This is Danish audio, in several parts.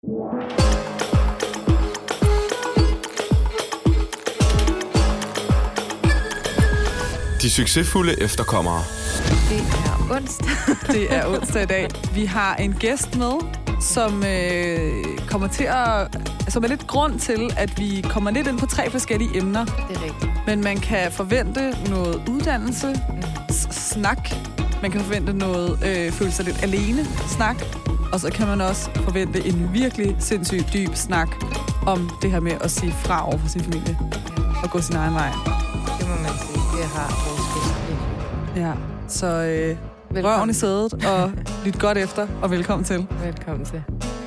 De succesfulde efterkommere. Det er onsdag. Det er onsdag i dag. Vi har en gæst med, som kommer til at... som er lidt grund til, at vi kommer lidt ind på 3 forskellige emner. Det er rigtigt. Men man kan forvente noget uddannelse, snak. Man kan forvente noget føle sig lidt alene, snak. Og så kan man også forvente en virkelig sindssygt dyb snak om det her med at sige fra over for sin familie. Og gå sin egen vej. Det må man sige. Det har vores gæst. Ja, så røven i sædet og lyt godt efter, og velkommen til. Velkommen til.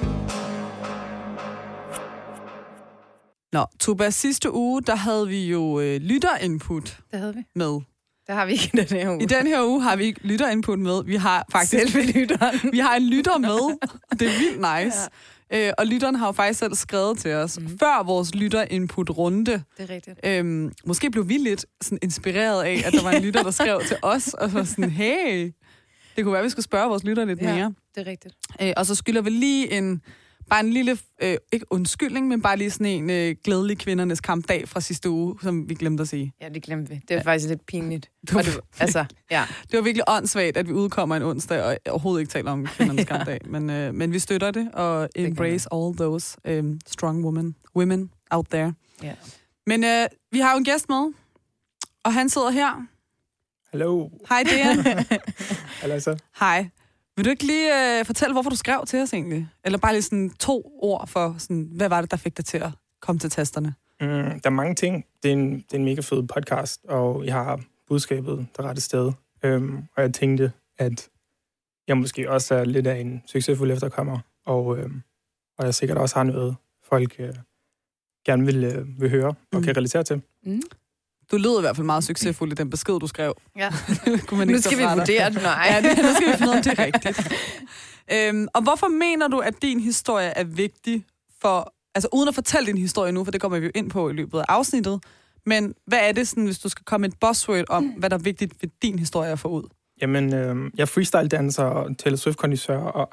Nå, Tuba, sidste uge, der havde vi jo lytterinput Det havde vi. med. Det har vi ikke i den her uge. I den her uge har vi ikke lytterinput med. Vi har faktisk... Selve lytteren. Vi har en lytter med, og det er vildt nice. Ja. Og lytteren har jo faktisk selv skrevet til os, før vores lytterinput-runde. Det er rigtigt. Måske blev vi lidt sådan inspireret af, at der var en lytter, der skrev til os, og så sådan, hey, det kunne være, at vi skulle spørge vores lytter lidt mere. Det er rigtigt. Og så skylder vi lige bare en lille, ikke undskyldning, men bare lige sådan en glædelig kvindernes kampdag fra sidste uge, som vi glemte at sige. Ja, det glemte vi. Det var faktisk lidt pinligt. Det var virkelig åndssvagt, at vi udkommer en onsdag og overhovedet ikke taler om kvindernes kampdag. Men vi støtter det og embrace all those strong women out there. Ja. Men vi har jo en gæst med, og han sidder her. Hallo. Hej, Dejan. Hallo så. Hej. Vil du ikke lige fortælle, hvorfor du skrev til os egentlig? Eller bare lige sådan 2 ord for, sådan, hvad var det, der fik dig til at komme til tasterne? Der er mange ting. Det er en mega fed podcast, og jeg har budskabet det rette sted. Og jeg tænkte, at jeg måske også er lidt af en succesfuld efterkommer, og jeg sikkert også har noget, folk gerne vil høre og kan relatere til. Du lød i hvert fald meget succesfuld i den besked, du skrev. Ja. Nu skal vi vurdere det. Nej. Ja, nu skal vi finde ud af, om det er rigtigt. Og hvorfor mener du, at din historie er vigtig for... Altså uden at fortælle din historie nu, for det kommer vi jo ind på i løbet af afsnittet. Men hvad er det, sådan, hvis du skal komme et buzzword om, hvad der er vigtigt ved din historie at få ud? Jamen, jeg er freestyle-danser og Taylor Swift-kondissør. Og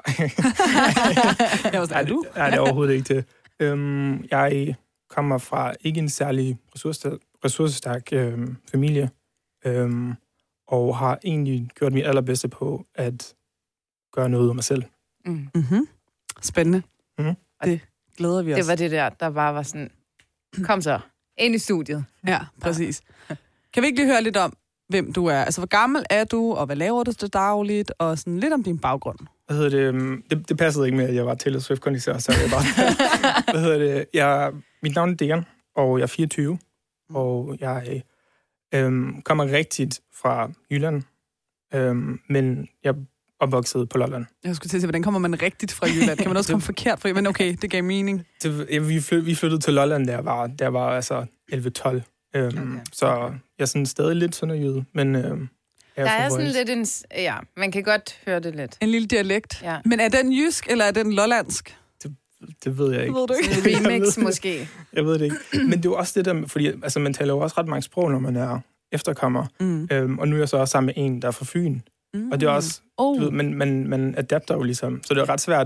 Er du? Nej, det er overhovedet ikke det. Jeg kommer fra ikke en særlig ressourcestærk familie, og har egentlig gjort mit allerbedste på at gøre noget af mig selv. Mm-hmm. Spændende. Det glæder vi os. Det var det der bare var sådan, kom så, ind i studiet. Ja, præcis. Kan vi ikke lige høre lidt om, hvem du er? Altså, hvor gammel er du, og hvad laver du til dagligt, og sådan lidt om din baggrund? Det passede ikke med, at jeg var Taylor Swift-kondissør, så jeg bare... Mit navn er Dejan, og jeg er 24, og jeg kommer rigtigt fra Jylland, men jeg er opvokset på Lolland. Jeg skulle til at sige, hvordan kommer man rigtigt fra Jylland? Kan man også komme forkert fra Jylland? Men okay, det gav mening. Vi flyttede til Lolland, der var altså 11-12. Så jeg er sådan stadig lidt sønderjyde, men... Der er sådan lidt en... Ja, man kan godt høre det lidt. En lille dialekt. Ja. Men er den jysk, eller er den lollandsk? Det ved jeg ikke. Det ved du ikke. En remix måske. Jeg ved det ikke. Men det er jo også det der, fordi altså, man taler jo også ret mange sprog, når man er efterkommer. Og nu er jeg så også sammen med en, der er fra Fyn. Og det er også... Du ved, man adapter jo ligesom. Så det er ret svært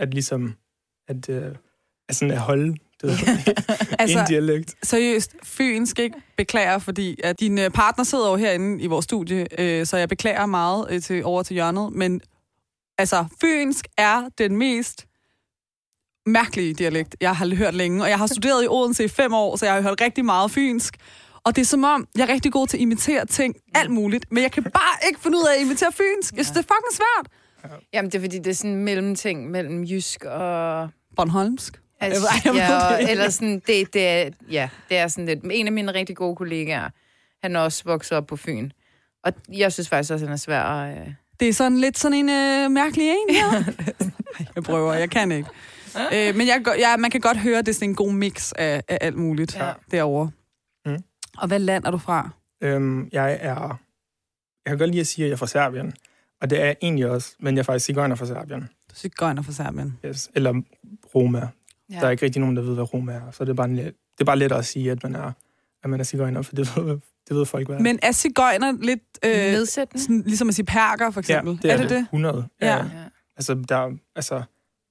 at holde en dialekt. Seriøst, fynsk, ikke? Beklager, fordi at din partner sidder jo herinde i vores studie, så jeg beklager meget over til hjørnet. Men altså, fynsk er den mest mærkelige dialekt, jeg har hørt længe. Og jeg har studeret i Odense i 5 år, så jeg har hørt rigtig meget fynsk. Og det er som om, jeg er rigtig god til at imitere ting, alt muligt. Men jeg kan bare ikke finde ud af at imitere fynsk. Jeg synes, det er fucking svært. Jamen, det er fordi, det er sådan en mellemting mellem jysk og... Bornholmsk. Altså, eller sådan, det er sådan lidt... En af mine rigtig gode kollegaer, han er også vokset op på Fyn. Og jeg synes faktisk også, han er svær at... Det er sådan lidt sådan en mærkelig en her. Jeg prøver, jeg kan ikke. Men man kan godt høre, det er sådan en god mix af alt muligt derovre. Og hvad land er du fra? Jeg kan godt lide at sige, at jeg er fra Serbien. Og det er jeg egentlig også, men jeg er faktisk sigøjner fra Serbien. Du er sigøjner fra Serbien? Yes. Eller Roma. Ja. Der er ikke rigtig nogen, der ved, hvad Roma er. Så det er bare lettere at sige, at man er sigøjner, for det ved folk, hvad. Men er sigøjner lidt... nedsættende? Sådan, ligesom at sige perker, for eksempel? Ja, er det 100. Ja. Altså,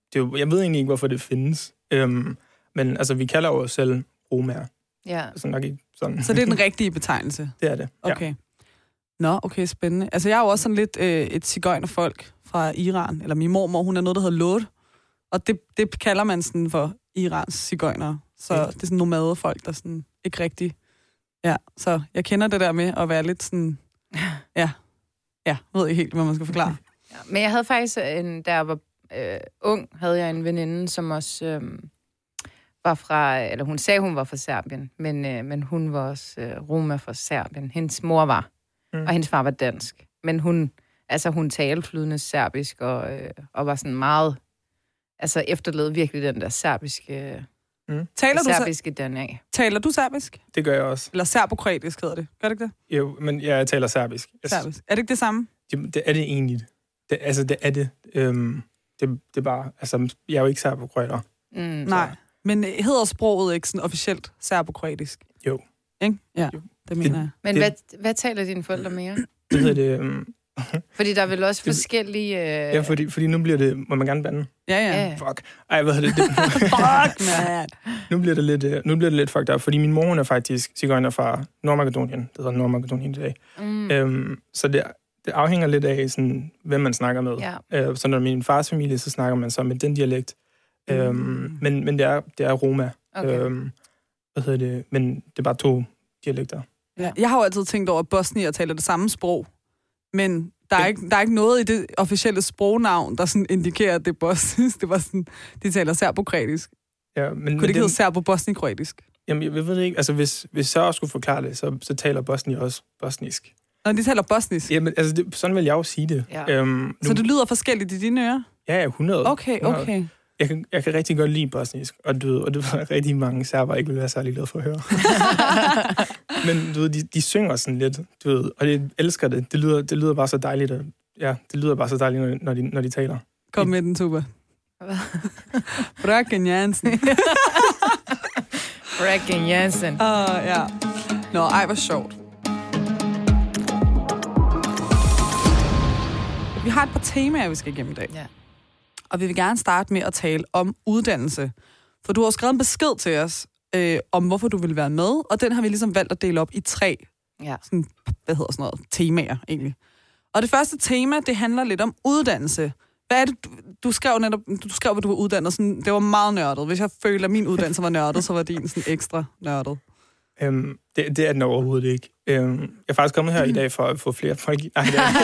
jeg ved egentlig ikke, hvorfor det findes. Men altså, vi kalder os selv romaer. Ja. Så nok ikke sådan. Så det er den rigtige betegnelse? Det er det, ja. Okay. Nå, okay, spændende. Altså, jeg er jo også sådan lidt et sigøjnerfolk fra Iran, eller min mormor, hun er noget, der hedder Lod, og det kalder man sådan for Irans sigøjnere. Så det er sådan nomadefolk, der sådan ikke rigtig... Ja, så jeg kender det der med at være lidt sådan... Ja, ved ikke helt, hvad man skal forklare. Ja, men jeg havde faktisk, da jeg var ung, havde jeg en veninde, som også var fra... Eller hun sagde, hun var fra Serbien, men hun var også roma fra Serbien. Hendes mor var, og hendes far var dansk. Men hun talte flydende serbisk, og var sådan meget... Altså efterlevede virkelig den der serbiske... serbiske DNA. Taler du serbisk? Det gør jeg også. Eller serbokroatisk hedder det. Gør det ikke det? Jo, men jeg taler serbisk. Serbisk. Er det ikke det samme? Det er det egentlig. Det er det. Det er bare... Altså, jeg er jo ikke serbokroater. Nej. Men hedder sproget ikke sådan officielt serbokroatisk? Jo. Ikke? Ja, det mener jeg. Men hvad taler dine forældre mere? Det hedder det... Fordi der er vel også forskellige... Ja, fordi nu bliver det... Må man gerne bande? Ja. Fuck. Ej, hvad hedder det? Fuck, man. Nu bliver det lidt fucked up, fordi min mor, hun er faktisk sigøjner fra Nordmakedonien. Det hedder Nordmakedonien i dag. Så det afhænger lidt af, sådan, hvem man snakker med. Ja. Så når min fars familie, så snakker man så med den dialekt. Men det er roma. Okay. Men det er bare 2 dialekter. Ja. Jeg har jo altid tænkt over, at bosnier taler det samme sprog. Men der er ikke noget i det officielle sprognavn, der sådan indikerer, at det er bosnisk. Det var sådan, de taler serbokroatisk. Ja, kunne det ikke hedde serbo-bosnikroatisk? Jamen, jeg ved det ikke. Altså, hvis jeg også skulle forklare det, så taler bosnier også bosnisk. Nå, de taler bosnisk? Jamen, altså, sådan vil jeg jo sige det. Ja. Så det lyder forskelligt i dine ører? Ja, 100. Okay. Jeg kan rigtig godt lide bosnisk, og du ved, rigtig mange serber ikke vil være særlig glade for at høre. Men du ved, de synger sådan lidt, du ved, og jeg elsker det. Det lyder bare så dejligt. Det lyder bare så dejligt, når de taler. Kom med den, Tuba. Frøken Jensen. Frøken Jensen. Ja. Nå, ej, hvor sjovt. Vi har et par temaer, vi skal igennem i dag. Ja. Og vi vil gerne starte med at tale om uddannelse. For du har skrevet en besked til os, om hvorfor du vil være med, og den har vi ligesom valgt at dele op i 3 sådan, temaer egentlig. Og det første tema, det handler lidt om uddannelse. Hvad er det, du skrev netop, at du var uddannet, sådan, det var meget nørdet. Hvis jeg føler, at min uddannelse var nørdet, så var din sådan ekstra nørdet. Det er den overhovedet ikke. Jeg er faktisk kommet her i dag for at få flere folk. Nej,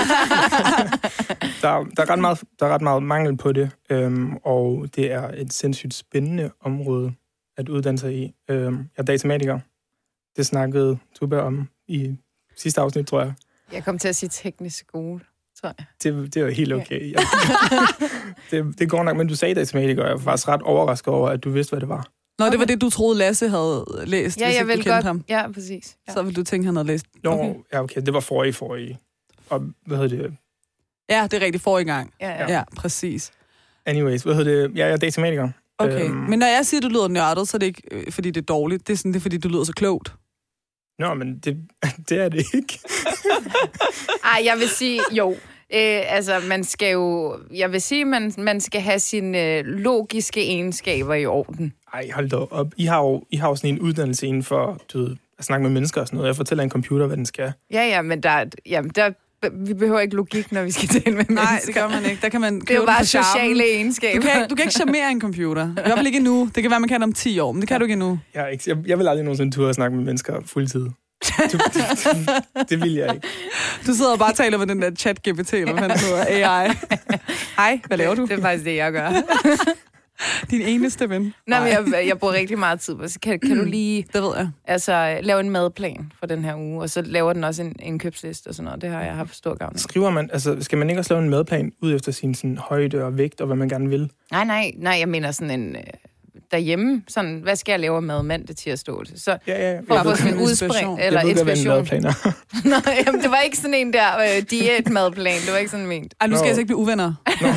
der er ret meget mangel på det, og det er et sindssygt spændende område at uddanne sig i. Jeg er datamatiker. Det snakkede Tuba om i sidste afsnit, tror jeg. Jeg kom til at sige teknisk skole, tror jeg. Det er jo helt okay. Det går nok, men du sagde datamatiker, og jeg var faktisk ret overrasket over, at du vidste, hvad det var. Nå, det var det, du troede, Lasse havde læst, ja, hvis jeg ikke du kendte godt. ham. Ja, præcis. Ja. Så ville du tænke, han havde læst. Okay. Det var forrige. Og hvad hedder det? Ja, det er rigtig forrige gang. Ja, præcis. Anyways, hvad hedder det? Jeg er datamatiker. Okay, men når jeg siger, at du lyder nørdet, så er det ikke, fordi det er dårligt. Det er fordi, du lyder så klogt. Nå, men det er det ikke. Ej, jeg vil sige, jo. Man skal jo... Jeg vil sige, man skal have sine logiske egenskaber i orden. Ej, hold da op. I har jo sådan en uddannelse inden for, du ved, at snakke med mennesker og sådan noget. Jeg fortæller en computer, hvad den skal. Ja, men vi behøver ikke logik, når vi skal tale med mennesker. Nej, det gør man ikke. Der kan man det er jo bare sociale egenskaber. Du kan ikke charmere en computer. I hvert fald ikke endnu. Det kan være, man kan om 10 år, men det kan du ikke endnu. Jeg vil aldrig nogensinde turde at snakke med mennesker fuldtid. Det vil jeg ikke. Du sidder og bare taler med den der chat-GPT, eller hvad fanden hedder, AI. Hej, hvad laver du? Det er faktisk det, jeg gør. Din eneste ven. Nej, men jeg bruger rigtig meget tid på. Så kan du lige... Det ved jeg. Altså, lave en madplan for den her uge, og så laver den også en indkøbsliste og sådan noget. Det har jeg haft stor gavn af. Skriver man... Altså, skal man ikke også lave en madplan ud efter sin sådan, højde og vægt, og hvad man gerne vil? Nej, jeg mener sådan en... derhjemme, sådan, hvad skal jeg lave med mandag til at stå til? Så for at få sådan en udspring eller inspiration. Nej, jamen, det var ikke sådan en der diætmadplan. Det var ikke sådan ment. Ej, nu skal jeg altså ikke blive uvenner.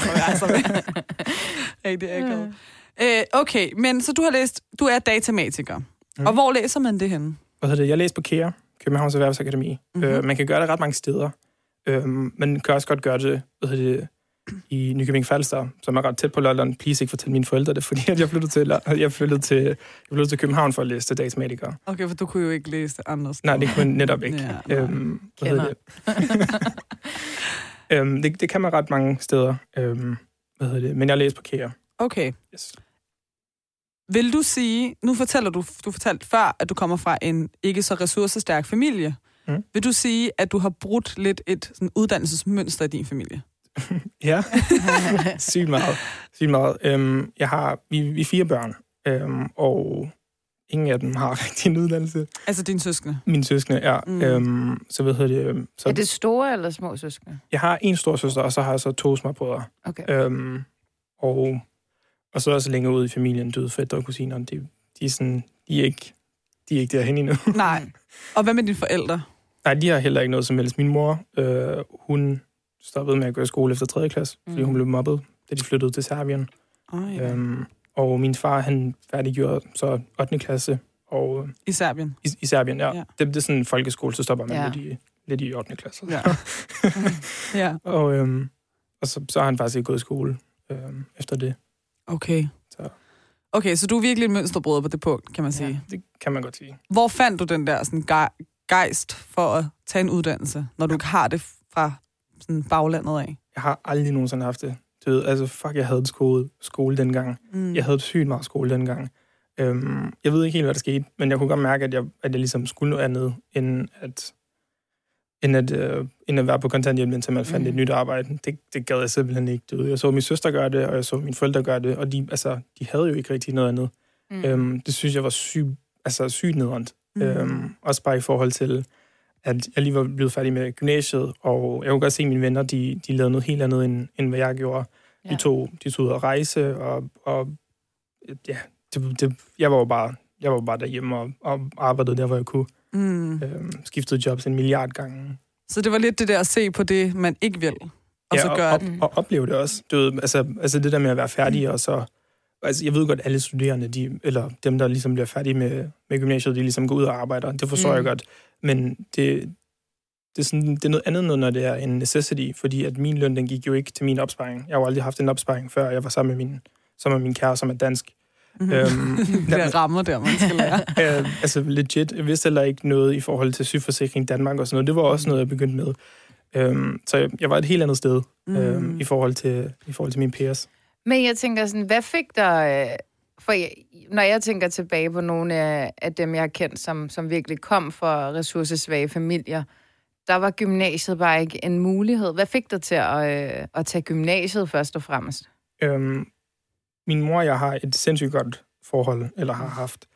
Hey, det er ikke okay, men så du er datamatiker. Og hvor læser man det henne? Jeg læser på KEA, Københavns Erhvervsakademi. Man kan gøre det ret mange steder. Man kan også godt gøre det i Nykøbing Falster, som er ret tæt på Lolland. Please ikke fortælle mine forældre det, fordi at jeg flyttede til København for at læse til dagsmediker. Okay, for du kunne jo ikke læse det andre steder. Nej, det kunne jeg netop ikke. Det kan man ret mange steder. Men jeg læste på Kære. Okay. Yes. Vil du sige, nu fortæller du fortalte før, at du kommer fra en ikke så ressourcestærk familie. Vil du sige, at du har brudt lidt et sådan, uddannelsesmønster i din familie? Ja, sygt meget. Vi er 4 børn, og ingen af dem har rigtig en uddannelse. Altså dine søskende? Mine søskende, ja. Så er det store eller små søskende? Jeg har en stor søster, og så har jeg så 2 små brødre. Okay. Og så også længere ude i familien, døde fætter og kusiner. De er ikke derhen endnu. Nej. Og hvad med dine forældre? Nej, de har heller ikke noget som helst. Min mor, hun stoppede med at gå i skole efter 3. klasse, fordi hun blev mobbet, da de flyttede til Serbien. Og min far, han færdiggjorde så 8. klasse. Og I Serbien? I Serbien, ja. Det er sådan en folkeskole, så stopper man lidt i 8. klasse. Ja. Ja. Og så har han faktisk ikke gået i skole efter det. Okay, så du er virkelig en mønsterbrødre på det punkt, kan man sige. Ja, det kan man godt sige. Hvor fandt du den der sådan gejst for at tage en uddannelse, når du ikke har det fra sådan baglandet af? Jeg har aldrig nogensinde haft det. Du ved, altså jeg havde skole dengang. Jeg havde sygt meget skole dengang. Jeg ved ikke helt, hvad der skete, men jeg kunne godt mærke, at jeg ligesom skulle noget andet, end at være på kontanthjælp, indtil man fandt et nyt arbejde. Det gad jeg simpelthen ikke. Du ved, jeg så min søster gøre det, og jeg så mine forældre gøre det, og de havde jo ikke rigtig noget andet. Det synes jeg var sygt nedrent. Også bare i forhold til, at jeg lige var blevet færdig med gymnasiet, og jeg kunne godt se, at mine venner, de lavede noget helt andet, end hvad jeg gjorde. Ja. De tog ud at rejse, og ja, jeg var jo bare derhjemme og arbejdede der, hvor jeg kunne. Skiftede jobs 1 milliard gange. Så det var lidt det der at se på det, man ikke vil, og så gøre det. Og opleve det også. Du ved, altså det der med at være færdig, og så... Altså, jeg ved godt, at alle studerende, eller dem, der ligesom bliver færdige med gymnasiet, de ligesom går ud og arbejder. Det forstår jeg godt. Men det er noget andet, når det er en necessity, fordi at min løn, den gik jo ikke til min opsparing. Jeg har jo aldrig haft en opsparing, før jeg var sammen med min kære, som er dansk. Det rammer der, man skal lære. Altså legit. Jeg vidste heller ikke noget i forhold til sygeforsikring Danmark og sådan noget. Det var også noget, jeg begyndte med. Så jeg var et helt andet sted i forhold til mine peers. Men jeg tænker sådan, hvad fik dig... når jeg tænker tilbage på nogle af dem, jeg har kendt, som virkelig kom fra ressourcesvage familier, der var gymnasiet bare ikke en mulighed. Hvad fik dig til at tage gymnasiet først og fremmest? Min mor og jeg har et sindssygt godt forhold, eller har haft.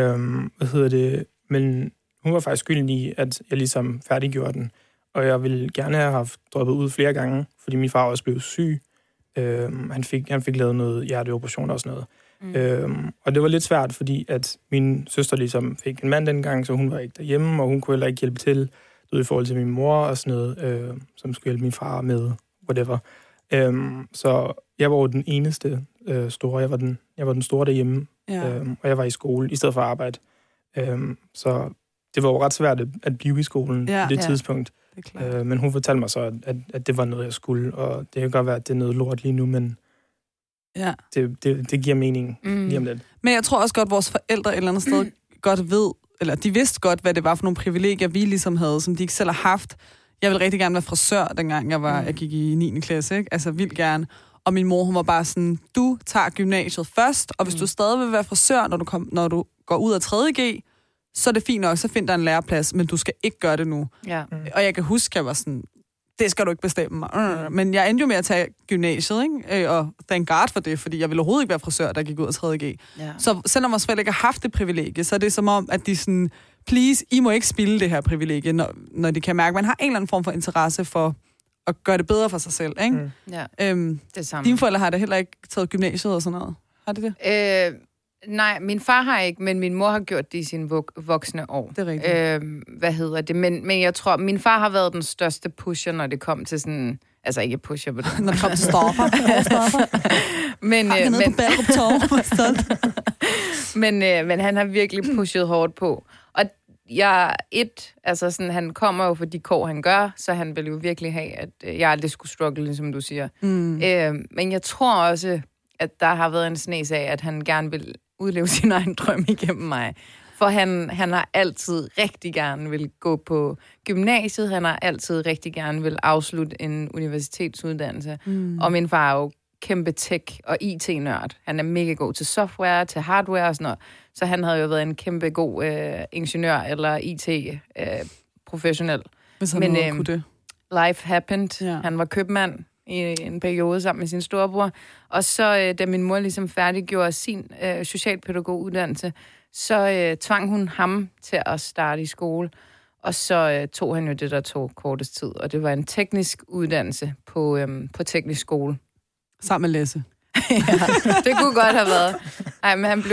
Men hun var faktisk skyldig i, at jeg ligesom færdiggjorde den. Og jeg ville gerne have haft droppet ud flere gange, fordi min far også blev syg. Han fik lavet noget hjerteoperation og sådan noget. Og det var lidt svært, fordi at min søster ligesom fik en mand dengang, så hun var ikke derhjemme, og hun kunne heller ikke hjælpe til i forhold til min mor og sådan noget, som skulle hjælpe min far med whatever. Så jeg var jo den eneste store. Jeg var den store derhjemme, og jeg var i skole i stedet for at arbejde. Så det var jo ret svært at blive i skolen på det tidspunkt. Men hun fortalte mig så, at det var noget, jeg skulle, og det kan godt være, at det er noget lort lige nu, men det giver mening lige om lidt. Men jeg tror også godt, at vores forældre et eller andet sted godt ved, eller de vidste godt, hvad det var for nogle privilegier, vi ligesom havde, som de ikke selv har haft. Jeg ville rigtig gerne være frisør, dengang jeg gik i 9. klasse, ikke? Altså vildt gerne. Og min mor, hun var bare sådan, du tager gymnasiet først, og hvis du stadig vil være frisør, når du går ud af 3.G, så er det fint nok, så find dig en læreplads, men du skal ikke gøre det nu. Ja. Og jeg kan huske, jeg var sådan, det skal du ikke bestemme mig. Men jeg endte jo med at tage gymnasiet, ikke? Og thank God for det, fordi jeg ville overhovedet ikke være frisør, der gik ud af 3.G. Ja. Så selvom vores forældre ikke har haft det privilegie, så er det som om, at de sådan, please, I må ikke spilde det her privilegie, når de kan mærke, at man har en eller anden form for interesse for at gøre det bedre for sig selv, ikke? Ja, det samme. Dine forældre har da heller ikke taget gymnasiet og sådan noget. Har de det? Nej, min far har ikke, men min mor har gjort det i sine voksne år. Det er rigtigt. Men jeg tror, min far har været den største pusher, når det kom til sådan... Altså ikke pusher på det. Når det kom til stoffer. Men han har virkelig pushet hårdt på. Og altså sådan, han kommer jo for de kår, han gør, så han vil jo virkelig have, at jeg aldrig skulle struggle, ligesom du siger. Men jeg tror også, at der har været en snes af, at han gerne vil udleve sin egen drøm igennem mig. For han har altid rigtig gerne vil gå på gymnasiet, han har altid rigtig gerne vil afslutte en universitetsuddannelse. Og min far er jo kæmpe tech- og IT-nørd. Han er mega god til software, til hardware og sådan noget. Så han havde jo været en kæmpe god ingeniør eller IT-professionel. Hvis han kunne det. Life happened. Ja. Han var købmand i en periode sammen med sin storebror. Og så, da min mor ligesom færdiggjorde sin socialpædagoguddannelse, så tvang hun ham til at starte i skole. Og så tog han jo det, der tog kortest tid. Og det var en teknisk uddannelse på teknisk skole. Sammen med Lasse. Ja, det kunne godt have været. Nej, men han blev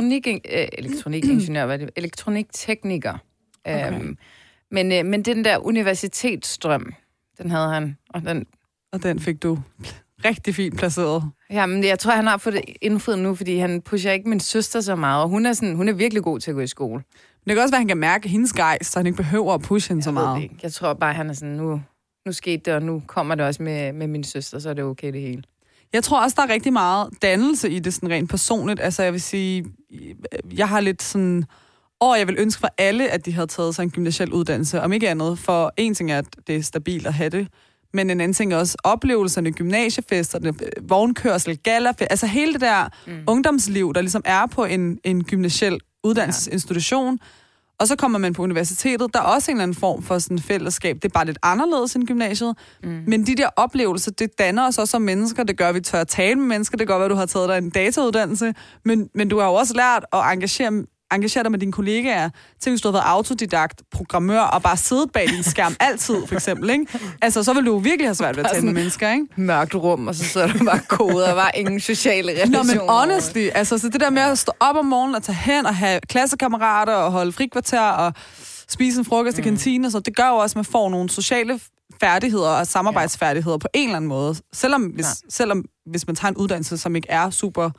elektronikingeniør, elektroniktekniker. Okay. Men den der universitetsstrøm, den havde han. Og den fik du rigtig fint placeret. Ja, men jeg tror, han har fået det indfriet nu, fordi han pusher ikke min søster så meget, og hun er virkelig god til at gå i skole. Men det kan også være, at han kan mærke hendes gejst, så han ikke behøver at pushe hende så meget. Jeg tror bare, han er sådan, nu skete det, og nu kommer det også med min søster, så er det okay det hele. Jeg tror også, der er rigtig meget dannelse i det sådan rent personligt. Altså, jeg vil sige, jeg har lidt sådan... jeg vil ønske for alle, at de havde taget sig en gymnasial uddannelse, om ikke andet. For en ting er, at det er stabilt at have det, men en anden ting er også oplevelserne, gymnasiefesterne, vognkørsel, gallerfest, altså hele det der ungdomsliv, der ligesom er på en gymnasial uddannelsesinstitution. Og så kommer man på universitetet, der er også en eller anden form for sådan fællesskab. Det er bare lidt anderledes end gymnasiet. Men de der oplevelser, det danner os også som mennesker. Det gør, at vi tør at tale med mennesker. Det gør, at du har taget dig en datauddannelse. Men du har jo også lært at engagere dig med dine kollegaer. Til hvis du har været autodidakt, programmør og bare siddet bag din skærm altid, for eksempel. Ikke? Altså, så vil du virkelig have svært ved at tale med mennesker, ikke? Mørkt rum, og så der bare koder, og var ingen sociale relationer. Nå, men honestly, altså, så det der med at stå op om morgenen og tage hen og have klassekammerater og holde frikvarter og spise en frokost i kantinen, så det gør jo også, at man får nogle sociale færdigheder og samarbejdsfærdigheder på en eller anden måde. Selvom hvis man tager en uddannelse, som ikke er super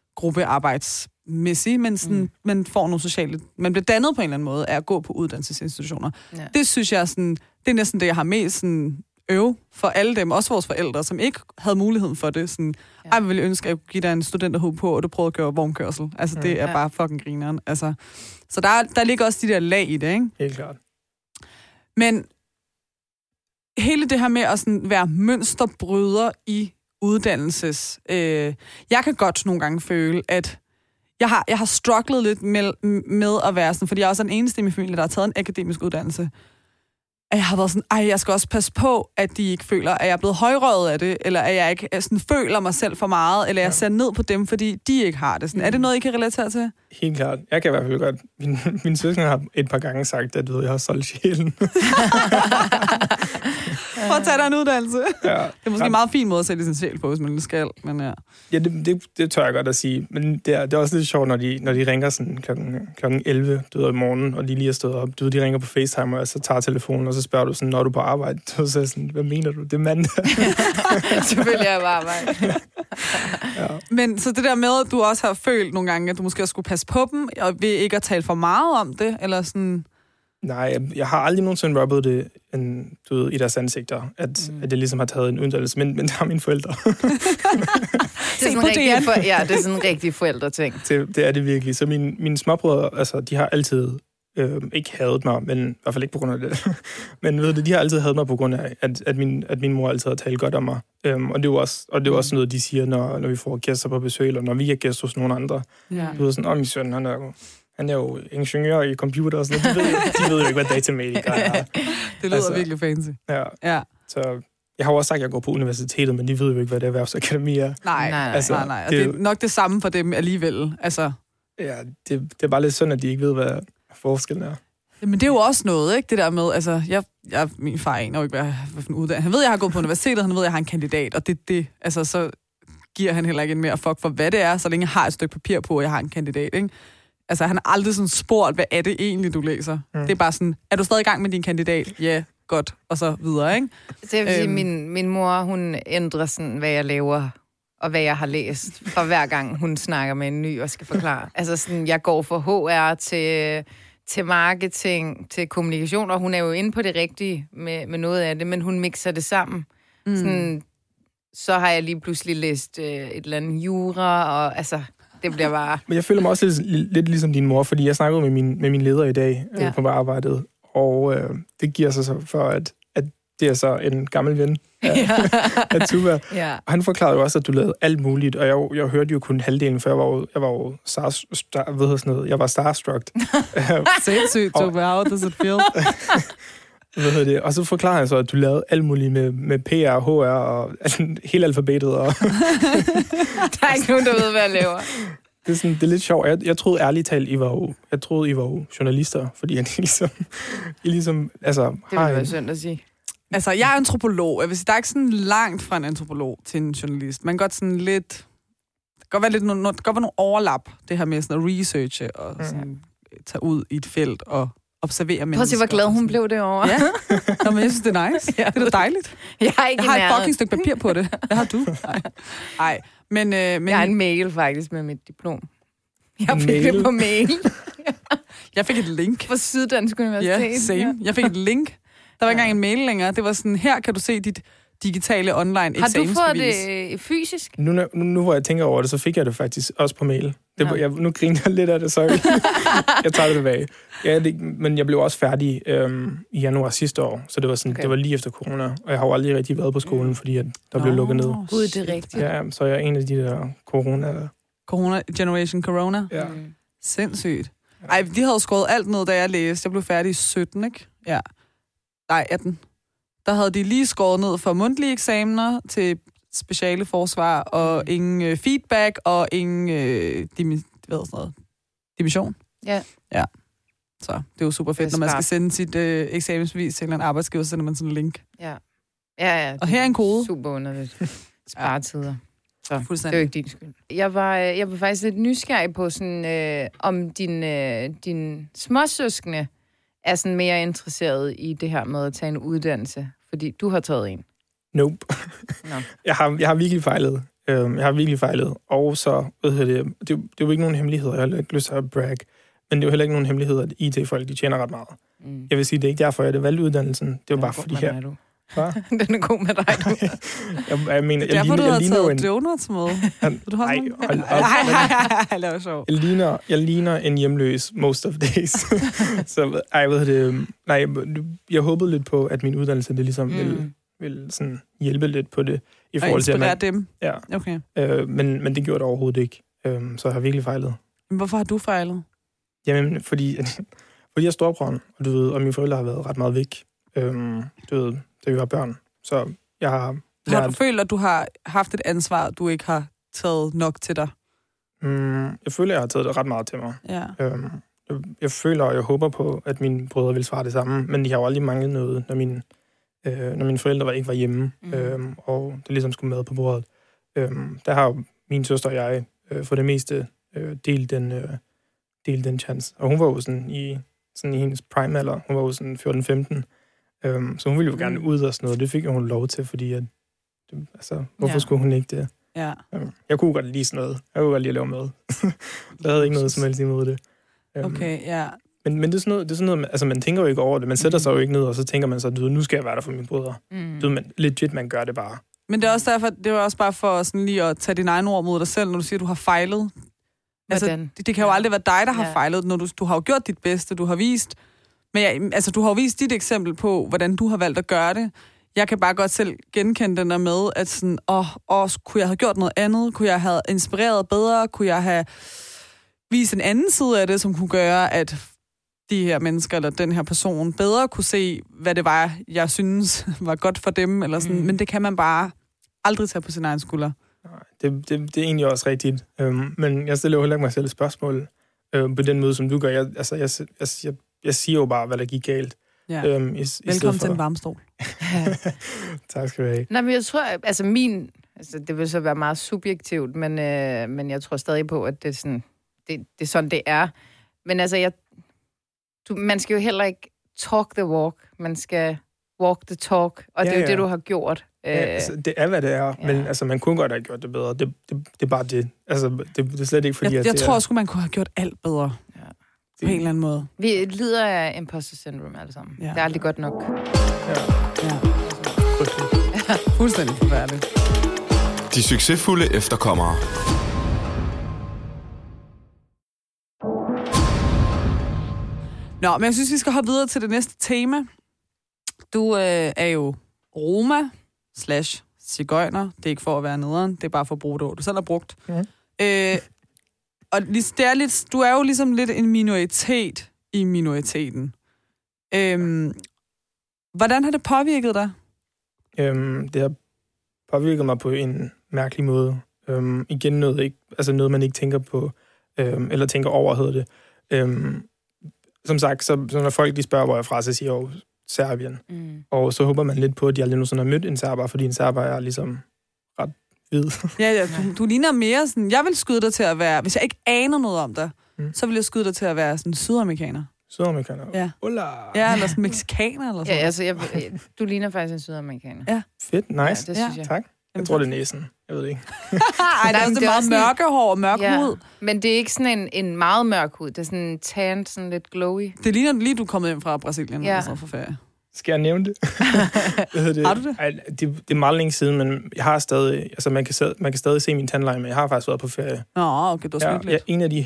gruppearbejdsmæssig, men sådan, man får nogle sociale... Man bliver dannet på en eller anden måde af at gå på uddannelsesinstitutioner. Ja. Det synes jeg sådan... Det er næsten det, jeg har mest sådan for alle dem, også vores forældre, som ikke havde muligheden for det. Sådan, jeg ville ønske, at jeg kunne give dig en studenterhue på, og du prøvede at gøre vognkørsel. Altså, det er bare fucking grineren. Altså, så der ligger også de der lag i det, ikke? Helt klart. Men hele det her med at sådan være mønsterbryder i uddannelses... jeg kan godt nogle gange føle, at jeg har strugglet lidt med at være sådan, fordi jeg er også den eneste i min familie, der har taget en akademisk uddannelse. At jeg har været sådan, jeg skal også passe på, at de ikke føler, at jeg er blevet højrøget af det, eller at jeg ikke sådan, føler mig selv for meget, eller jeg ser ned på dem, fordi de ikke har det. Sådan, er det noget, I kan relatere til? Helt klart. Jeg kan i hvert fald godt. Min søskende har et par gange sagt, at jeg har solgt sjælen. For at tage dig en uddannelse. Ja. Det er måske en meget fin måde at sætte sin sjæl på, hvis man skal. Men ja. Ja, det tør jeg godt at sige. Men det er også lidt sjovt, når de ringer sådan klokken 11 i morgen, og de lige er stået op. De ringer på FaceTime, og så tager telefonen, og så spørger du sådan, når du er på arbejde. Så er sådan, hvad mener du? Det er mandag. Selvfølgelig er jeg på arbejde. Ja. Men så det der med, at du også har følt nogle gange, at du måske også skulle passe på dem, og ved ikke at tale for meget om det, eller sådan... Nej, jeg har aldrig nogensinde rubbet det i deres ansigter, at jeg ligesom har taget en uddannelse, men det har mine forældre. Det er sådan en rigtig forældreting. Det er det virkelig. Så mine småbrødre, altså, de har altid ikke hadet mig, men i hvert fald ikke på grund af det. Men ved du, de har altid hadet mig på grund af, at min mor altid har talt godt om mig. Og det er jo også noget, de siger, når vi får gæster på besøg, eller når vi er gæster hos nogen andre. Ja. Du ved sådan, min søn, han er jo ingeniør i computer og sådan noget. De ved jo ikke, hvad datamediker er. Det lyder virkelig fancy. Ja. Så jeg har også sagt, at jeg går på universitetet, men de ved jo ikke, hvad det erhvervsakademi er. Nej. Og det er nok det samme for dem alligevel. Altså. Ja, det er bare lidt synd, at de ikke ved, hvad forskellen er. Men det er jo også noget, ikke? Det der med, altså, min far aner jo ikke, hvad for en uddannelse. Han ved, jeg har gået på universitetet, han ved, jeg har en kandidat, og altså, så giver han heller ikke en mere fuck for, hvad det er, så længe jeg har et stykke papir på, at jeg har en kandidat, ikke? Altså, han har aldrig sådan spurgt, hvad er det egentlig, du læser? Det er bare sådan, er du stadig i gang med din kandidat? Ja, godt, og så videre, ikke? Det vil sige, min mor, hun ændrer sådan, hvad jeg laver, og hvad jeg har læst, for hver gang hun snakker med en ny og skal forklare. Altså sådan, jeg går fra HR til marketing, til kommunikation, og hun er jo inde på det rigtige med noget af det, men hun mixer det sammen. Sådan, så har jeg lige pludselig læst et eller andet jura, og altså, det bliver bare... Men jeg føler mig også lidt ligesom din mor, fordi jeg snakkede med min leder i dag på arbejdet, og det giver sig så for, at det er så en gammel ven af Tuba. Ja. Og han forklarede jo også, at du lavede alt muligt, og jeg hørte jo kun halvdelen, for jeg var jo jeg var starstruck. Sindssygt, Tuba. How does it feel? Og så forklarer han så, at du lavede alt muligt med PR, HR og hele alfabetet. Og der er ikke nogen, der ved, hvad jeg laver. Det er lidt sjovt. Jeg troede ærligt talt, I var jo journalister, fordi I ligesom altså, det vil være synd at sige. Altså, jeg er antropolog. Jeg vil sige, der er ikke sådan langt fra en antropolog til en journalist. Man kan godt sådan lidt... Der kan godt være nogle overlap, det her med sådan at researche og sådan, tage ud i et felt og observere mennesker. Prøv at se, hvor glad hun blev derovre. Ja, nå, men jeg synes, det er nice. Det er da dejligt. Jeg har et fucking stykke papir på det. Hvad har du? Nej. Men jeg har en mail faktisk med mit diplom. Jeg fik det på mail. Jeg fik et link. Fra Syddansk Universitet. Ja, same. Jeg fik et link. Der var ikke engang en mail længere. Det var sådan, her kan du se dit digitale online eksamensbevis. Har du fået det fysisk? Nu hvor jeg tænker over det, så fik jeg det faktisk også på mail. Nu griner jeg lidt af det, sorry. Jeg tager det tilbage. Ja, men jeg blev også færdig i januar sidste år, så det var sådan, det var lige efter corona, og jeg har jo aldrig rigtig været på skolen, fordi at der blev lukket ned. Gud, det er rigtigt. Ja, så jeg er en af de der Generation Corona? Ja. Sindssygt. Ej, de havde skåret alt ned, da jeg læste. Jeg blev færdig i 17, ikke? Ja. Nej, 18. Der havde de lige skåret ned for mundtlige eksamener til speciale forsvar, og ingen feedback, og ingen dimission. Ja. Ja. Så det er jo super fedt, når man skal sende sit eksamensbevis til en arbejdsgiver, så sender man sådan en link. Ja. Ja. Og her er en kode. Super underligt. Sparetider. Så det er jo ikke din skyld. Jeg var faktisk lidt nysgerrig på, sådan, om din småsøskende er sådan mere interesseret i det her med at tage en uddannelse, fordi du har taget en. Nope. No. Jeg har virkelig fejlet. Og så, det er jo ikke nogen hemmelighed, jeg har ikke lyst til at brag, men det er jo heller ikke nogen hemmelighed, at IT-folk, de tjener ret meget. Jeg vil sige, det er ikke derfor, jeg valgte uddannelsen. Det var bare fordi her... Den er god med dig, du. jeg mener, derfor du har taget donuts med. Jeg ligner en hjemløs most of days. Så jeg håbede lidt på, at min uddannelse det ligesom vil sådan hjælpe lidt på det i forhold til at dem. Ja. Okay. Men det gjorde det overhovedet ikke. Så jeg har virkelig fejlet. Men hvorfor har du fejlet? Jamen fordi jeg er storebror, og mine forældre har været ret meget væk. Da vi var børn. Så jeg har lært... Har du følt, at du har haft et ansvar, du ikke har taget nok til dig? Jeg føler, jeg har taget det ret meget til mig. Ja. Jeg føler, og jeg håber på, at mine brødre vil svare det samme, men de har jo aldrig manglet noget, når mine forældre ikke var hjemme, og det ligesom skulle med på bordet. Der har min søster og jeg for det meste delt den chance. Og hun var jo sådan i hendes prime alder. Hun var jo sådan 14-15. Så hun ville jo gerne ud og sådan noget. Det fik hun lov til, fordi at, hvorfor skulle hun ikke det? Ja. Jeg kunne godt lide sådan noget. Jeg kunne godt lide at lave mad. Der havde ikke noget som helst imod det. Okay, ja. Men det er sådan noget, altså man tænker jo ikke over det. Man sætter sig jo ikke ned, og så tænker man så, nu skal jeg være der for mine brødre. Legit, man gør det bare. Men det er også derfor, det var også bare for sådan lige at tage dine egne ord mod dig selv, når du siger, at du har fejlet. Altså, det kan jo aldrig være dig, der har fejlet, når du har jo gjort dit bedste, du har vist. Men du har jo vist dit eksempel på, hvordan du har valgt at gøre det. Jeg kan bare godt selv genkende den der med, at sådan, kunne jeg have gjort noget andet? Kunne jeg have inspireret bedre? Kunne jeg have vist en anden side af det, som kunne gøre, at de her mennesker, eller den her person, bedre kunne se, hvad det var, jeg synes var godt for dem, eller sådan. Men det kan man bare aldrig tage på sin egen skulder. Nej, det er egentlig også rigtigt. Men jeg stiller jo heller ikke mig selv et spørgsmål på den måde, som du gør. Jeg siger jo bare, hvad der gik galt. Ja. Velkommen til en varmestol. Tak skal du have. Nej, men jeg tror, det vil så være meget subjektivt, men jeg tror stadig på, at det er sådan, det er. Men altså, man skal jo heller ikke talk the walk. Man skal walk the talk, og det er jo det, du har gjort. Det er, hvad det er, men altså, man kunne godt have gjort det bedre. Det er bare det. Altså, det er slet ikke fordi, jeg tror sgu, man kunne have gjort alt bedre. Ja. På en eller anden måde. Vi lider af imposter syndrome alle sammen. Ja. Det er aldrig godt nok. Ja. Fuldstændig forfærdeligt. De succesfulde efterkommere. Nå, men jeg synes, vi skal hoppe videre til det næste tema. Du er jo Roma/sigøjner. Det er ikke for at være nederen, det er bare for at bruge det ord, du selv har brugt. Ja. Og det er lidt, du er jo ligesom lidt en minoritet i minoriteten. Hvordan har det påvirket dig? Det har påvirket mig på en mærkelig måde. Igen noget man ikke tænker på, eller tænker over, hedder det. Som sagt, så når folk de spørger, hvor jeg er fra, så siger jeg jo Serbien. Og så håber man lidt på, at de aldrig nogensinde har mødt en serber, fordi en serber er ligesom ret hvid. Ja, du ligner mere sådan... Jeg vil skyde dig til at være... Hvis jeg ikke aner noget om dig, så vil jeg skyde dig til at være sådan sydamerikaner. Sydamerikaner? Ja. Hola! Ja, eller sådan mexikaner eller sådan. Ja, altså, du ligner faktisk en sydamerikaner. Ja. Fedt, nice. Ja, det synes jeg. Tak. Jeg tror, det er næsen. Jeg ved det ikke. Ej, det er også meget mørke hår og mørk hud. Men det er ikke sådan en meget mørk hud. Det er sådan tan, sådan lidt glowy. Det ligner lige, du er kommet hjem fra Brasilien. Ja. Altså, for ferie. Skal jeg nævne det? Har du det? Det er meget længe siden, men jeg har stadig... Altså, man kan stadig se min tandleje, men jeg har faktisk været på ferie. Nå, okay, du har lidt. En af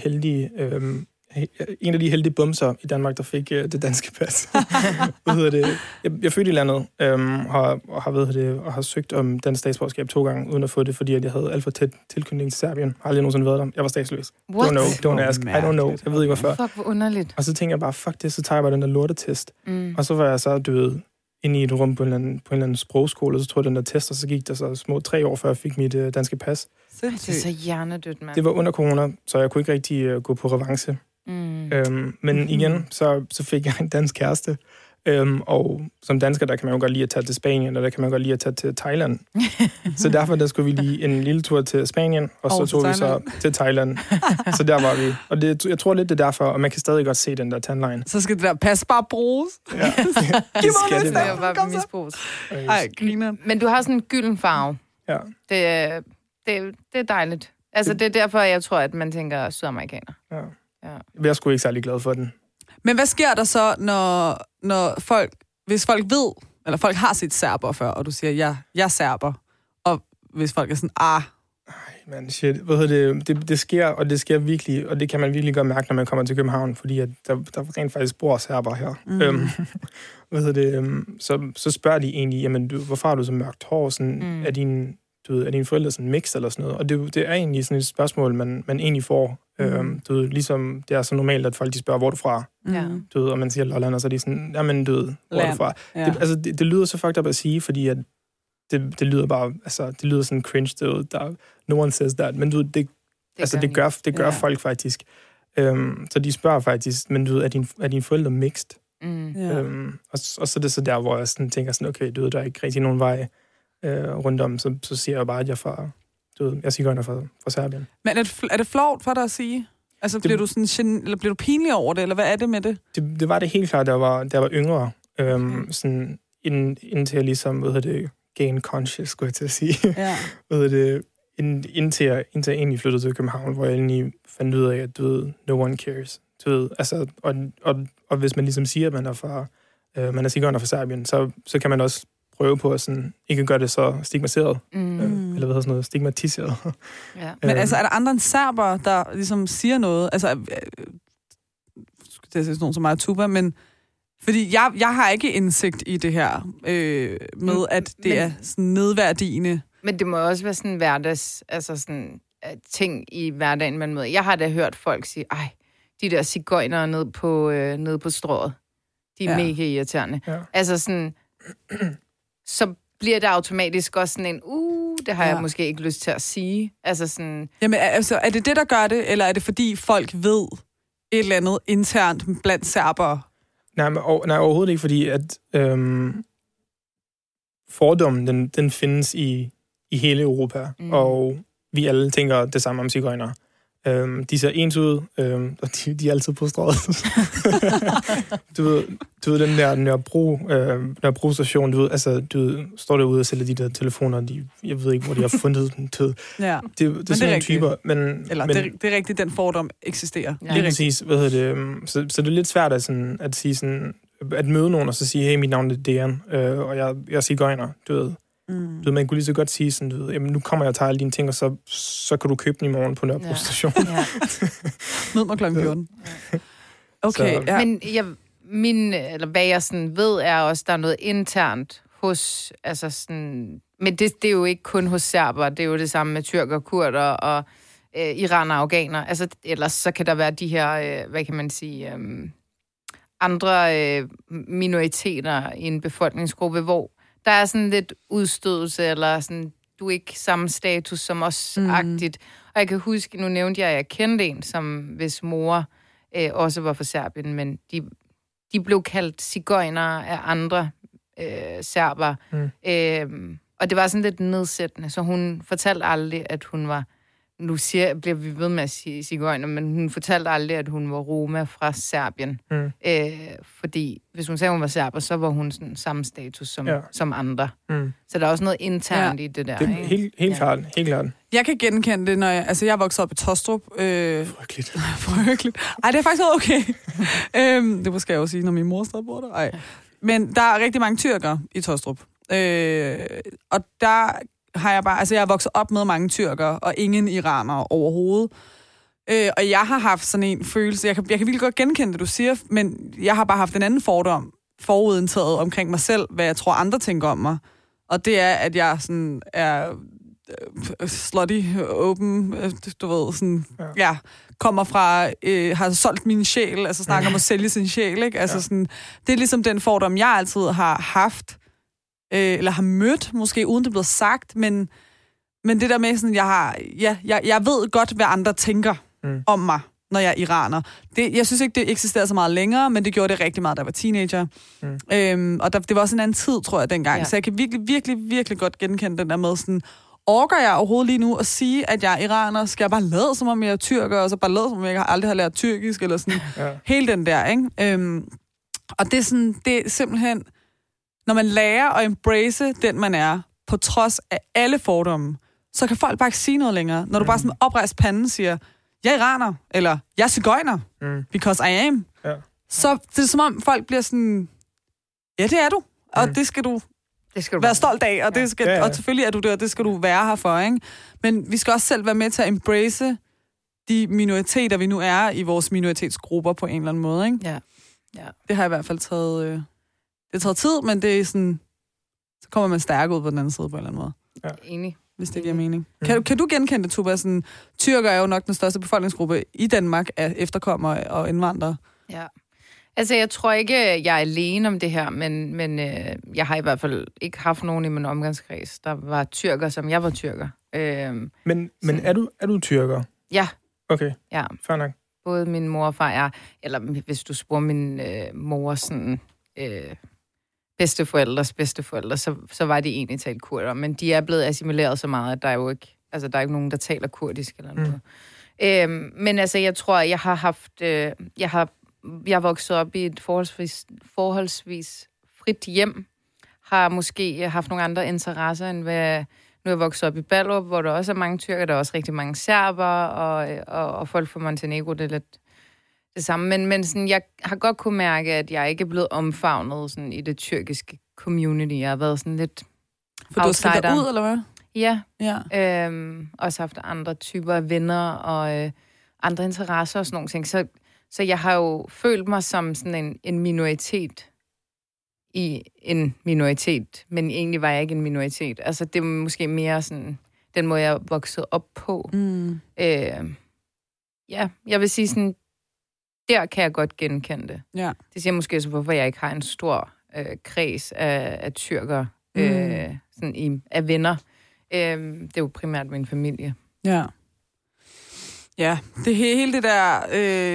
de heldige bumser i Danmark, der fik det danske pas. Jeg fødte i landet, og har søgt om dansk statsborgerskab 2 gange, uden at få det, fordi jeg havde alt for tæt tilknytning til Serbien. Jeg har aldrig nogensinde været der. Jeg var statsløs. What? Don't ask. I don't know. Jeg ved ikke, hvorfor. Fuck, hvor underligt. Og så tænker jeg bare, fuck det, så tager jeg bare den der lortetest. Og så var jeg så død inde i et rum på en eller anden sprogskole, og så tog jeg den der test, og så gik der så små 3 år, før jeg fik mit danske pas. Det er så hjernedødt, mand. Det var under corona, så jeg kunne ikke rigtig gå på revanche. Men igen, så fik jeg en dansk kæreste, og som dansker, der kan man jo godt lide at tage til Spanien, og der kan man godt lide at tage til Thailand. Så derfor der skulle vi lige en lille tur til Spanien, og så tog vi så til Thailand. Så der var vi. Og jeg tror lidt, det er derfor, og man kan stadig godt se den der tandline. Så skal det der pas bare bruges. Ja. det skal det bare misbruges. Ej, griner. Men du har sådan en gylden farve. Ja. Det er dejligt. Altså, det er derfor, jeg tror, at man tænker sydamerikaner. Ja. Jeg er sgu ikke særlig glad for den. Men hvad sker der så, når folk, hvis folk ved, eller folk har set serber før, og du siger, jeg er serber, og hvis folk er sådan, man, shit. Det sker, og det sker virkelig, og det kan man virkelig godt mærke, når man kommer til København, fordi at der rent faktisk bor serber her. Så spørger de egentlig, jamen, hvorfor har du så mørkt hår? Sådan, er dine forældre sådan mixed eller sådan noget? Og det er egentlig sådan et spørgsmål, man egentlig får. Ligesom det er så normalt, at folk de spørger, hvor du fra? Og man siger Lolland, og så er de sådan, jamen hvor er du fra? Ja. Det lyder så fucked up at sige, fordi at det lyder bare, altså det lyder sådan cringe, no one says that, men det gør folk faktisk. Så de spørger faktisk, men er dine forældre mixed? Og så er det så der, hvor jeg sådan tænker sådan, okay, der er ikke rigtig nogen vej rundt om, så siger jeg bare, at jeg er sigøjner fra Serbien. Men er det flovt for dig at sige? Altså, bliver du sådan eller bliver du pinlig over det, eller hvad er det med det? Det var det helt klart, da jeg var yngre. Sådan, indtil jeg ligesom, gain conscious, skulle jeg til at sige. Ja. Indtil jeg egentlig flyttede til København, hvor jeg egentlig fandt ud af, at no one cares. Altså, og hvis man ligesom siger, at man er sigøjner fra Serbien, så kan man også prøve på at sådan, ikke gøre det så stigmatiseret. Eller sådan noget, stigmatiseret. Ja. Men altså, er der andre end serber, der ligesom siger noget? Altså, det er sådan nogen som mig og Tuba, men fordi jeg har ikke indsigt i det her, med at det er sådan nedværdigende. Men det må også være sådan altså sådan ting i hverdagen, man møder. Jeg har da hørt folk sige, de der sigøjnere nede på strået, de er mega irriterende. Ja. Altså sådan, så bliver det automatisk også sådan en, det har jeg måske ikke lyst til at sige. Altså sådan... Jamen, altså, er det det, der gør det, eller er det fordi folk ved et eller andet internt blandt serbere? Nej, overhovedet ikke, fordi at fordommen, den findes i hele Europa, og vi alle tænker det samme om sigøjnere. De ser ens ud, og de er altid på strået. du ved den der Nørrebro station, du står derude og sælger de der telefoner, jeg ved ikke, hvor de har fundet dem til. Ja. Det er sådan nogle typer. Men det er rigtigt, den fordom eksisterer. Ja. Det er præcis. Så det er lidt svært at sige sådan, at møde nogen og så sige, hey, mit navn er Dejan, og jeg er sigøjner, du ved. Man kunne lige så godt sige sådan, du ved, jamen, nu kommer jeg og tager alle dine ting, og så kan du købe den i morgen på Nørrebro station. Ja. Mød mig kl. 14. Okay, ja. Men hvad jeg sådan ved, er også, der er noget internt hos, altså sådan, men det er jo ikke kun hos serber, det er jo det samme med tyrker, kurder og iraner og afghaner. Altså, ellers så kan der være de her, hvad kan man sige, andre minoriteter i en befolkningsgruppe, hvor der er sådan lidt udstødelse, eller sådan, du er ikke samme status som os-agtigt. Og jeg kan huske, nu nævnte jeg, at jeg kendte en, som hvis mor også var fra Serbien, men de blev kaldt sigøjnere af andre serber. Og det var sådan lidt nedsættende, så hun fortalte aldrig, at hun var, nu bliver vi ved med at sige sigøjner, men hun fortalte aldrig, at hun var Roma fra Serbien. Fordi hvis hun sagde, at hun var serber, så var hun sådan samme status som andre. Så der er også noget internt i det der. Det er helt klart. Jeg kan genkende det, når jeg er vokset op i Tostrup. Frygteligt. Ej, det er faktisk okay. Det måske jeg jo sige, når min mor stadig bor der. Ej. Men der er rigtig mange tyrker i Tostrup. Og der har jeg bare, jeg er vokset op med mange tyrker, og ingen iranere overhovedet. Og jeg har haft sådan en følelse, jeg kan virkelig godt genkende det, du siger, men jeg har bare haft en anden fordom forudindtaget omkring mig selv, hvad jeg tror andre tænker om mig. Og det er, at jeg sådan er slutty, open, du ved, sådan, kommer fra, har solgt min sjæl, altså snakker om at sælge sin sjæl, ikke? Altså sådan, det er ligesom den fordom, jeg altid har haft, eller har mødt, måske uden det blev sagt, men det der med sådan, jeg ved godt, hvad andre tænker om mig, når jeg er iraner. Jeg synes ikke, det eksisterer så meget længere, men det gjorde det rigtig meget, da jeg var teenager. Og det var også en anden tid, tror jeg, dengang. Så jeg kan virkelig godt genkende den der med sådan, orker jeg overhovedet lige nu at sige, at jeg er iraner? Skal jeg bare lade, som om jeg er tyrker, og så bare lade, som om jeg aldrig har lært tyrkisk, eller sådan hele den der, ikke? Og det er simpelthen, når man lærer at embrace den, man er, på trods af alle fordomme, så kan folk bare ikke sige noget længere. Når du bare sådan oprejst panden siger, jeg er iraner, eller jeg er sigøjner, because I am. Ja. Så det er som om folk bliver sådan, ja, det er du, og det skal du være stolt af, og, det skal, og selvfølgelig er du det, og det skal du være her for, ikke? Men vi skal også selv være med til at embrace de minoriteter, vi nu er i vores minoritetsgrupper på en eller anden måde, ikke? Ja. Det har i hvert fald taget, det har taget tid, men det er sådan, så kommer man stærk ud på den anden side på en eller anden måde. Ja. Enig. Hvis det giver mening. Kan du genkende det, Tuba? Sådan, tyrker er jo nok den største befolkningsgruppe i Danmark af efterkommere og indvandrere. Ja. Altså, jeg tror ikke, jeg er alene om det her, men jeg har i hvert fald ikke haft nogen i min omgangskreds, der var tyrker, som jeg var tyrker. Men er du tyrker? Ja. Okay, ja. Fair nok. Både min mor og far er, eller hvis du spurgter min mor sådan... bedsteforældre, så var de egentlig talt kurder, men de er blevet assimileret så meget, at der er jo ikke, altså der er ikke nogen, der taler kurdisk eller noget. Men altså, jeg tror, jeg har haft, jeg har vokset op i et forholdsvis frit hjem, har måske haft nogle andre interesser, end hvad, nu er jeg vokset op i Ballerup, hvor der også er mange tyrker, der er også rigtig mange serber, og folk fra Montenegro, det er lidt det samme, men sådan, jeg har godt kunne mærke, at jeg ikke er blevet omfavnet sådan, i det tyrkiske community. Jeg har været sådan lidt for du har slet dig ud, eller hvad? Ja. Også haft andre typer af venner og andre interesser og sådan nogle ting. Så jeg har jo følt mig som sådan en minoritet i en minoritet, men egentlig var jeg ikke en minoritet. Altså, det er måske mere sådan den måde, jeg voksede op på. Jeg vil sige sådan, der kan jeg godt genkende det. Ja. Det siger måske så, hvorfor jeg ikke har en stor kreds af tyrker sådan af venner. Det er jo primært min familie. Ja. Ja, det hele det der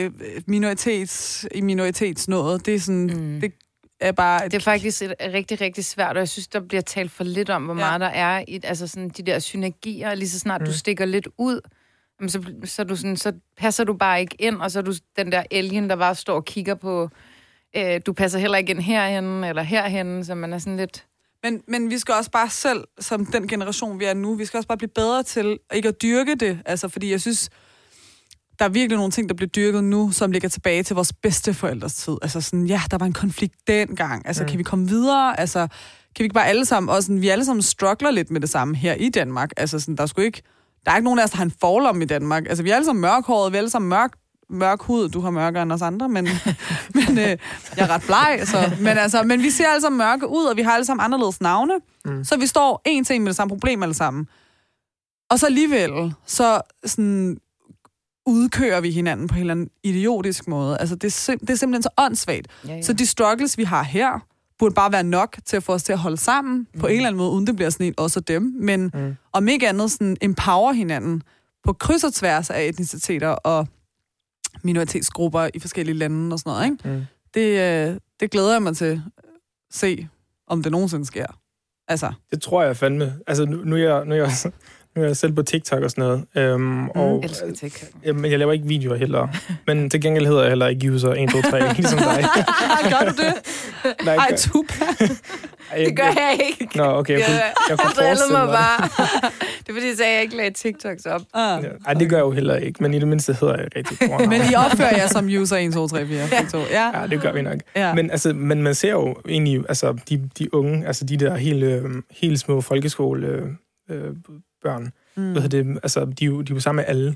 minoritetsnået, det er sådan, det er bare... Det er faktisk rigtig, rigtig svært, og jeg synes, der bliver talt for lidt om, hvor meget der er i altså sådan de der synergier, lige så snart du stikker lidt ud, så passer du bare ikke ind, og så er du den der alien, der bare står og kigger på, du passer heller ikke ind herhenne, eller herhenne, så man er sådan lidt... Men vi skal også bare selv, som den generation, vi er nu, vi skal også bare blive bedre til ikke at dyrke det, altså fordi jeg synes, der er virkelig nogle ting, der bliver dyrket nu, som ligger tilbage til vores bedsteforældres tid. Altså sådan, ja, der var en konflikt dengang, altså kan vi komme videre, altså kan vi ikke bare alle sammen, og sådan, vi alle sammen struggler lidt med det samme her i Danmark, altså sådan, der er ikke nogen af os, der har en forlom i Danmark, altså vi er alle sammen mørkhårede, vi er alle sammen mørk hud, du har mørkere end os andre, men jeg er ret bleg, så, men vi ser alle sammen mørke ud, og vi har alle sammen anderledes navne, så vi står en ting med det samme problem alle sammen. Og så alligevel, så sådan, udkører vi hinanden på en eller anden idiotisk måde. Altså, det er simpelthen så åndssvagt. Ja. Så de struggles, vi har her, burde bare være nok til at få os til at holde sammen på en eller anden måde, uden det bliver sådan en os og dem, men om ikke andet sådan empower hinanden på kryds og tværs af etniciteter og minoritetsgrupper i forskellige lande og sådan noget, ikke? Det glæder jeg mig til at se, om det nogensinde sker. Altså. Det tror jeg fandme. Altså, nu er jeg selv på TikTok og sådan noget. Og elsker TikTok. Jamen, jeg laver ikke videoer heller. Men til gengæld hedder jeg heller ikke user 1, 2, 3, ligesom dig. Gør du det? Nej, ej, tup. Det gør jeg ikke. Nå, okay. Jeg kunne forestille mig bare. Det er fordi, at jeg ikke lagde TikToks op. Nej, det gør jeg jo heller ikke. Men i det mindste hedder jeg rigtig fornavn. Men I opfører jer som user 1, 2, 3, 4. Ja, det gør vi nok. Ja. Men man ser jo egentlig, altså de unge, altså de der helt små folkeskole børn. Altså, de er jo sammen med alle.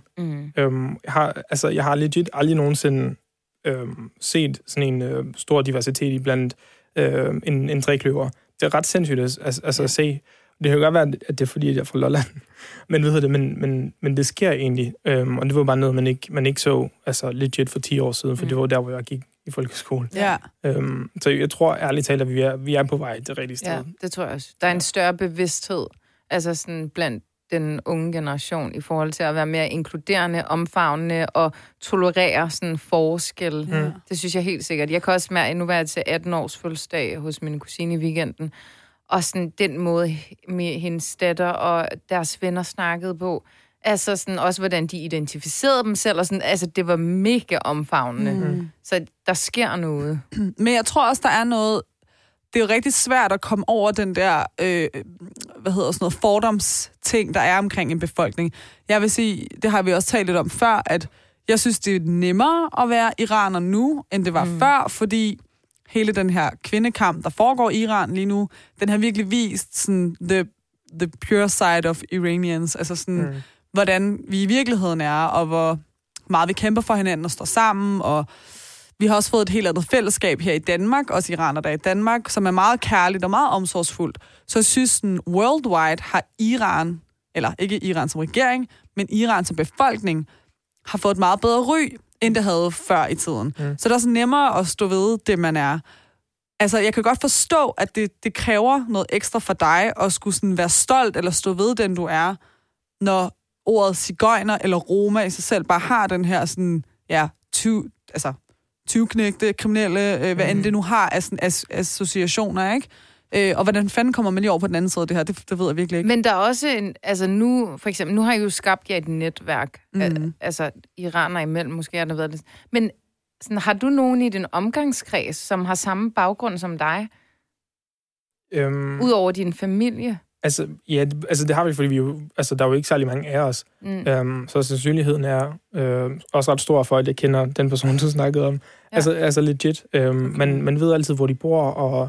Jeg har legit aldrig nongensinde set sådan en stor diversitet i blandt en trækløver. Det er ret sindssygt at se. Det kan jo godt være, at det er fordi, at jeg er fra Lolland. Men det sker egentlig. Og det var bare noget, man ikke så altså legit for 10 år siden, for det var der, hvor jeg gik i folkeskole. Ja. Så jeg tror ærligt talt, at vi er på vej det rigtige sted. Ja, det tror jeg også. Der er en større bevidsthed, altså sådan blandt den unge generation i forhold til at være mere inkluderende, omfavnende og tolerere sådan forskel. Det synes jeg helt sikkert. Jeg kan også mærke, nu var jeg til 18 års fødselsdag hos min kusine i weekenden, og sådan den måde med hendes datter og deres venner snakkede på, altså sådan også hvordan de identificerede dem selv, og sådan, altså det var mega omfavnende. Så der sker noget. Men jeg tror også, der er noget. Det er jo rigtig svært at komme over den der, fordomsting, der er omkring en befolkning. Jeg vil sige, det har vi også talt lidt om før, at jeg synes, det er nemmere at være iraner nu, end det var før, fordi hele den her kvindekamp, der foregår i Iran lige nu, den har virkelig vist sådan, the pure side of Iranians, altså sådan, hvordan vi i virkeligheden er, og hvor meget vi kæmper for hinanden og står sammen, og vi har også fået et helt andet fællesskab her i Danmark, også iraner der i Danmark, som er meget kærligt og meget omsorgsfuldt. Så jeg synes, sådan, worldwide har Iran, eller ikke Iran som regering, men Iran som befolkning, har fået et meget bedre ry, end det havde før i tiden. Så det er så nemmere at stå ved det, man er. Altså, jeg kan godt forstå, at det kræver noget ekstra for dig, at skulle sådan være stolt eller stå ved den, du er, når ordet sigøjner eller roma i sig selv bare har den her sådan, tyvknægte, kriminelle, hvad end det nu har af sådan associationer, ikke? Og hvordan fanden kommer man lige over på den anden side af det her? Det ved jeg virkelig ikke. Men der er også nu har I jo skabt jer et netværk, altså iraner imellem, måske har der været det. Men sådan, har du nogen i din omgangskreds, som har samme baggrund som dig? Udover din familie? Altså, ja, det har vi, fordi vi jo, altså, der er jo ikke særlig mange af os. Så sandsynligheden er også ret stor for, at jeg kender den person, du snakkede om. Ja. Altså legit. Man ved altid, hvor de bor, og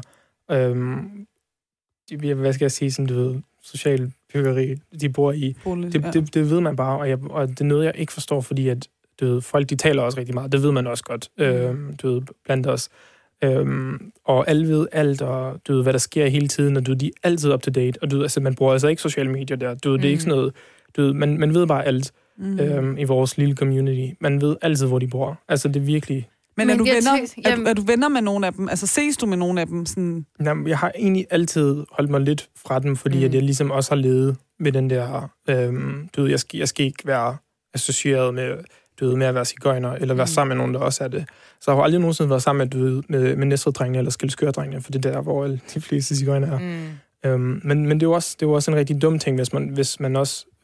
hvad skal jeg sige, sådan, du ved, social byggeri, de bor i. Det ved man bare, og det er noget, jeg ikke forstår, fordi at, du ved, folk, de taler også rigtig meget. Det ved man også godt, du ved, blandt os. Og alle ved alt, og du ved, hvad der sker hele tiden, og du ved, de er altid up to date, og du ved, altså, man bruger altså ikke sociale medier der, du ved, det er ikke sådan noget, du ved, man ved bare alt i vores lille community. Man ved altid, hvor de bor. Altså, det er virkelig... Men er du venner? Er du venner med nogle af dem? Altså, ses du med nogle af dem? Sådan... Jamen, jeg har egentlig altid holdt mig lidt fra dem, fordi at jeg ligesom også har levet med den der, du ved, jeg skal ikke være associeret med, du ved, med at være sigøjner, eller være sammen med nogen, der også er det. Så jeg har aldrig nogensinde været sammen med Næstved-drengene, eller Skælskør-drengene, for det er der, hvor de fleste sigøjner er. Men det er jo også en rigtig dum ting, hvis man også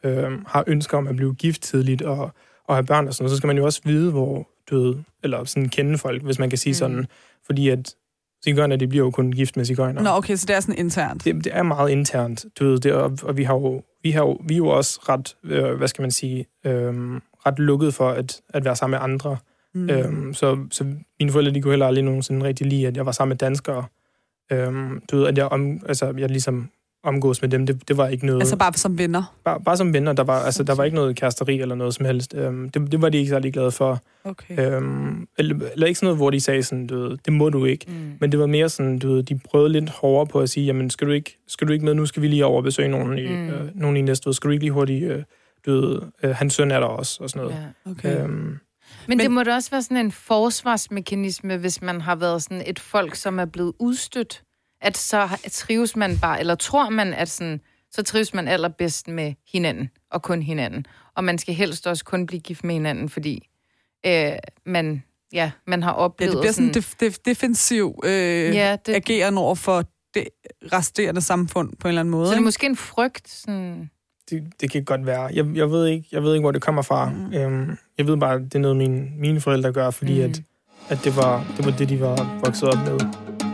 har ønsker om at blive gift tidligt og have børn og sådan noget, så skal man jo også vide, hvor eller sådan kende folk, hvis man kan sige sådan, fordi at sigøjner, de bliver jo kun gift med sigøjner. Nå, okay, så det er sådan internt. Det er meget internt, og vi er jo også ret, hvad skal man sige, ret lukket for at være sammen med andre. Så mine forældre, de kunne heller aldrig nogensinde rigtig lide, at jeg var sammen med danskere. At jeg ligesom omgås med dem, det var ikke noget... Altså bare som venner? Bare som venner. Der var ikke noget kæresteri eller noget som helst. Det var de ikke særlig glade for. Okay. Eller ikke sådan noget, hvor de sagde sådan, det må du ikke. Men det var mere sådan, de prøvede lidt hårdere på at sige, jamen, skal du ikke med, nu skal vi lige over og besøge nogen i Næstved. Skal du ikke lige hurtigt, hans søn er der også, og sådan noget. Ja, okay. Men det må da også være sådan en forsvarsmekanisme, hvis man har været sådan et folk, som er blevet udstødt, at så trives man bare, eller tror man, at sådan, så trives man allerbedst med hinanden, og kun hinanden. Og man skal helst også kun blive gift med hinanden, fordi man har oplevet... Ja, det bliver sådan defensiv ageren over for det resterende samfund på en eller anden måde. Så det er måske en frygt, sådan... Det kan godt være. Jeg ved ikke, hvor det kommer fra. Jeg ved bare, at det er noget, mine forældre gør, fordi at det var det, de var vokset op med.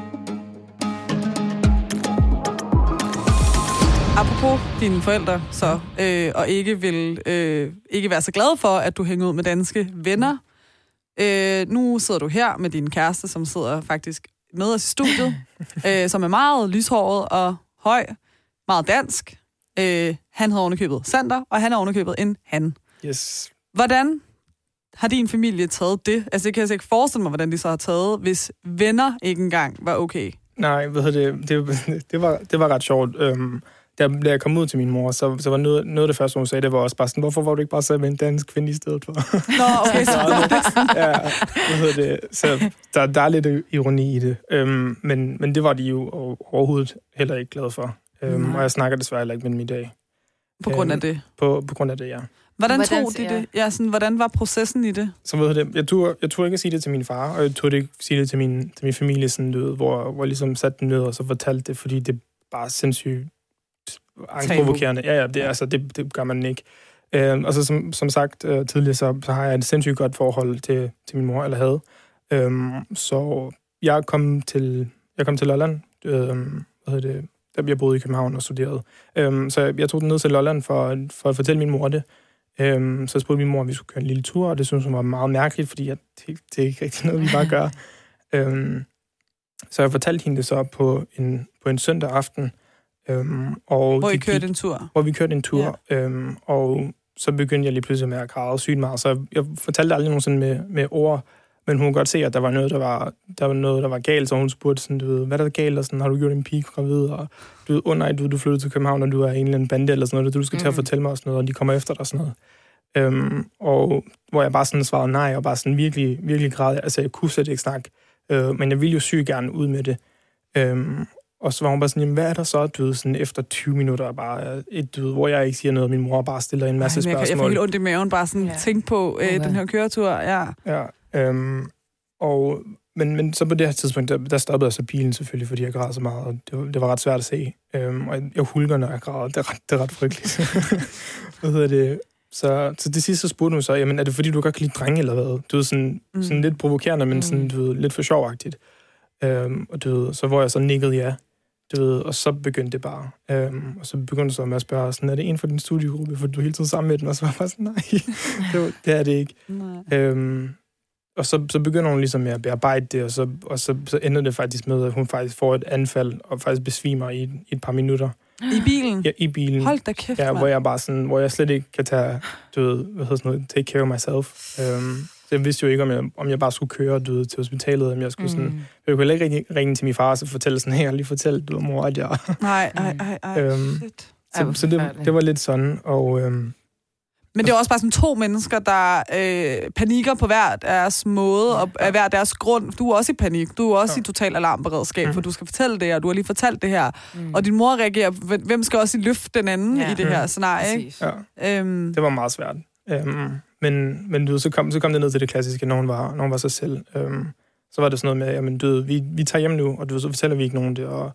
Apropos dine forældre, så, og ikke vil ikke være så glad for, at du hænger ud med danske venner. Nu sidder du her med din kæreste, som sidder faktisk med os i studiet, som er meget lyshåret og høj, meget dansk. Han havde ovenikøbet Sander, og han har ovenikøbet en han. Yes. Hvordan har din familie taget det? Altså, det kan jeg ikke forestille mig, hvordan de så har taget, hvis venner ikke engang var okay. Nej, det var ret sjovt. Da jeg kom ud til min mor, så var noget af det første, hun sagde, det var også bare sådan, hvorfor var du ikke bare sammen med en dansk kvinde i stedet for? Nå, okay. Så der er lidt ironi i det. Men det var de jo overhovedet heller ikke glade for. Og jeg snakker desværre heller ikke med dem i dag. På grund af det? På grund af det, ja. Hvordan tog de det? Ja, sådan, hvordan var processen i det? Så jeg turde ikke at sige det til min far, og jeg turde ikke sige det til min familie, sådan, hvor jeg ligesom satte den ned og så fortalte det, fordi det er bare sindssygt angstprovokerende. Ja, det gør man ikke. Og så som sagt tidligere, så har jeg et sindssygt godt forhold til min mor, eller havde. Så jeg kom til Lolland, da jeg boede i København og studerede. Så jeg tog den ned til Lolland for at fortælle min mor det. Så jeg spurgte min mor, om vi skulle køre en lille tur, og det synes hun var meget mærkeligt, fordi det er ikke rigtig noget, vi bare gør. Så jeg fortalte hende det så på en søndag aften. Hvor I kørte en tur? Hvor vi kørte en tur, ja. Og så begyndte jeg lige pludselig med at græde sygt meget. Så jeg fortalte aldrig nogensinde med ord, men hun kunne godt se, at der var noget, der var galt, så hun spurgte sådan, hvad er der galt, og sådan, har du gjort en pige gravid, og du flyttede til København, og du er en eller anden bande, eller sådan noget, du skal til at fortælle mig sådan noget, og de kommer efter dig, sådan noget. Og hvor jeg bare sådan svarede nej, og bare sådan virkelig, virkelig græd. Altså, jeg kunne slet ikke snakke, men jeg ville jo sygt gerne ud med det. Og så var hun bare sådan, jamen, hvad er der så, sådan efter 20 minutter, bare hvor jeg ikke siger noget, og min mor bare stiller en masse spørgsmål. Jeg får helt ondt i maven, bare sådan tænke på den her køretur, ja. Men så på det her tidspunkt, der stoppede jeg så bilen selvfølgelig, fordi jeg græd så meget, og det var ret svært at se. Og jeg hulker, når jeg græder. Det er ret frygteligt. Hvad hedder det? Så til sidst så spurgte hun så, jamen, er det fordi, du godt kan lide drenge, eller hvad? Du ved, sådan lidt provokerende, men sådan, du ved, lidt for sjovagtigt. Og du ved, så hvor jeg så nikkede ja, du ved, og så begyndte det bare. Og så begyndte så med at spørge, sådan, er det en for din studiegruppe, for du er hele tiden sammen med den? Og så var jeg bare sådan, nej, det er det ikke. Og så begynder hun ligesom med at bearbejde det, og så ender det faktisk med, at hun faktisk får et anfald, og faktisk besvimer i et par minutter. I bilen? Ja, i bilen. Hold da kæft, ja, hvor jeg bare sådan, hvor jeg slet ikke kan tage, du ved, take care of myself. Så jeg vidste jo ikke, om jeg bare skulle køre, du ved, til hospitalet, om jeg skulle sådan... Jeg kunne heller ikke ringe til min far og så fortælle sådan, hey, jeg har lige fortalt, du mor, at jeg... Nej, shit. Så det var lidt sådan, og... Men det er også bare sådan to mennesker, der panikker på hver deres måde, og af hver deres grund. Du er også i panik. Du er også i total alarmberedskab, for du skal fortælle det, og du har lige fortalt det her. Og din mor reagerer, hvem skal også løfte den anden i det her scenarie, ikke? Ja. Det var meget svært. Men du ved, så kom det ned til det klassiske, når hun var sig selv. Så var det sådan noget med, jamen, vi tager hjem nu, og du ved, så fortæller vi ikke nogen det, og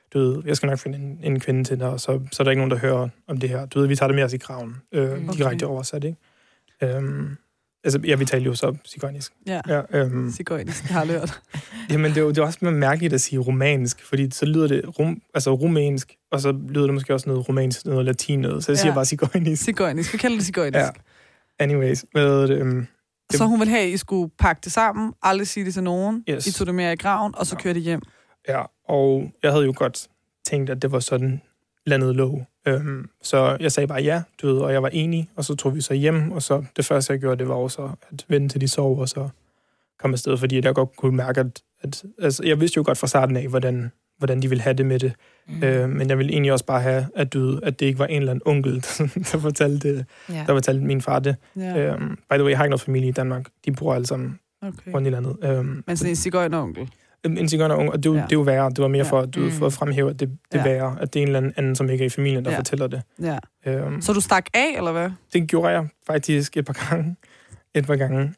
du ved, jeg skal nok finde en kvinde til dig, og så er der ikke nogen, der hører om det her. Du ved, vi tager det med os i graven, direkte oversat, ikke? Altså, vi taler jo så sigøjnisk. Ja, sigøjnisk, jeg har hørt. Jamen, det er også mærkeligt at sige romansk, fordi så lyder det rumænsk, og så lyder det måske også noget romansk, noget latin noget, så jeg siger bare sigøjnisk. Sigøjnisk, vi kalder det sigøjnisk. Ja. Anyways, så hun ville have, at I skulle pakke det sammen, aldrig sige det til nogen, I tog det med i graven, og så kørte det hjem. Ja, og jeg havde jo godt tænkt, at det var sådan landet lå. Så jeg sagde bare ja, du ved, og jeg var enig, og så tog vi så hjem, og så det første, jeg gjorde, det var også at vente til de sov, og så komme afsted, fordi jeg godt kunne mærke, at altså, jeg vidste jo godt fra starten af, hvordan de ville have det med det. Men jeg ville egentlig også bare have, at det ikke var en eller anden onkel, der fortalte min far det. Yeah. By the way, jeg har ikke noget familie i Danmark. De bor alle sammen rundt i landet. Men sådan en sigøjner-onkel? En sigøjner-onkel, og det er jo værre. Det var mere for at fremhæve, at det er værre, at det er en eller anden, som ikke er i familien, der fortæller det. Ja. Så du stak af, eller hvad? Det gjorde jeg faktisk et par gange.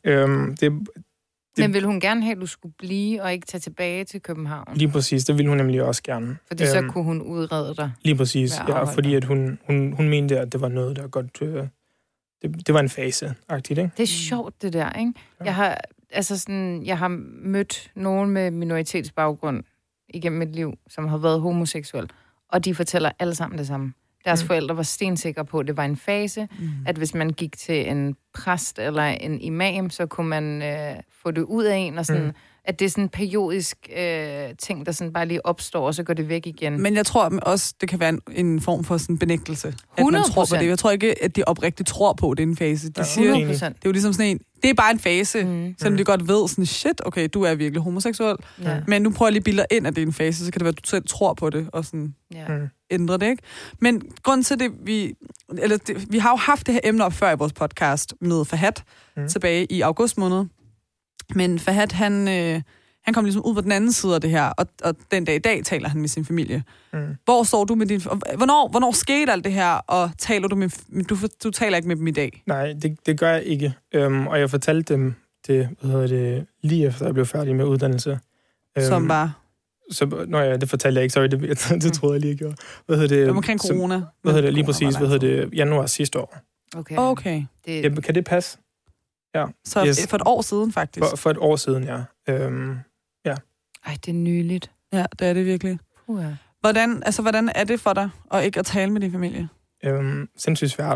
Men ville hun gerne have, at du skulle blive og ikke tage tilbage til København? Lige præcis, det ville hun nemlig også gerne. Fordi så kunne hun udrede dig? Lige præcis, ja, fordi at hun mente, at det var noget, der godt... Det var en fase-agtigt, ikke? Det er sjovt, det der, ikke? Ja. Jeg har mødt nogen med minoritetsbaggrund igennem mit liv, som har været homoseksuel, og de fortæller alle sammen det samme. Deres forældre var stensikre på, at det var en fase, at hvis man gik til en præst eller en imam, så kunne man få det ud af en, og sådan, at det er sådan en periodisk ting, der sådan bare lige opstår, og så går det væk igen. Men jeg tror også, det kan være en form for sådan benægtelse. 100%. At man tror på det. Jeg tror ikke, at de oprigtigt tror på, det er en fase. De siger, 100%. det er jo ligesom sådan en, det er bare en fase, selvom de godt ved sådan, shit, okay, du er virkelig homoseksuel. Ja. Men nu prøver jeg lige at bilde dig ind, at det er en fase, så kan det være, at du selv tror på det, og sådan ændrer det, ikke? Men grund til det, vi har jo haft det her emne op før i vores podcast med Fahad, tilbage i august måned. Men Fahad, han kom ligesom ud på den anden side af det her, og den dag i dag taler han med sin familie. Hvor står du med din... Hvornår skete alt det her, og taler du med... Du taler ikke med dem i dag? Nej, det gør jeg ikke. Og jeg fortalte dem det, lige efter jeg blev færdig med uddannelse. Som var... det fortalte jeg ikke, sorry, det troede jeg lige, jeg gjorde. Det var omkring corona. Lige præcis, januar sidste år. Okay. Kan det passe? Ja. Så for et år siden, faktisk? For et år siden, ja. Ja. Ej, det er nyligt. Ja, det er det virkelig. Hvordan er det for dig, at ikke at tale med din familie? Sindssygt svært.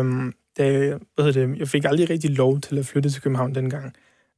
Jeg fik aldrig rigtig lov til at flytte til København dengang.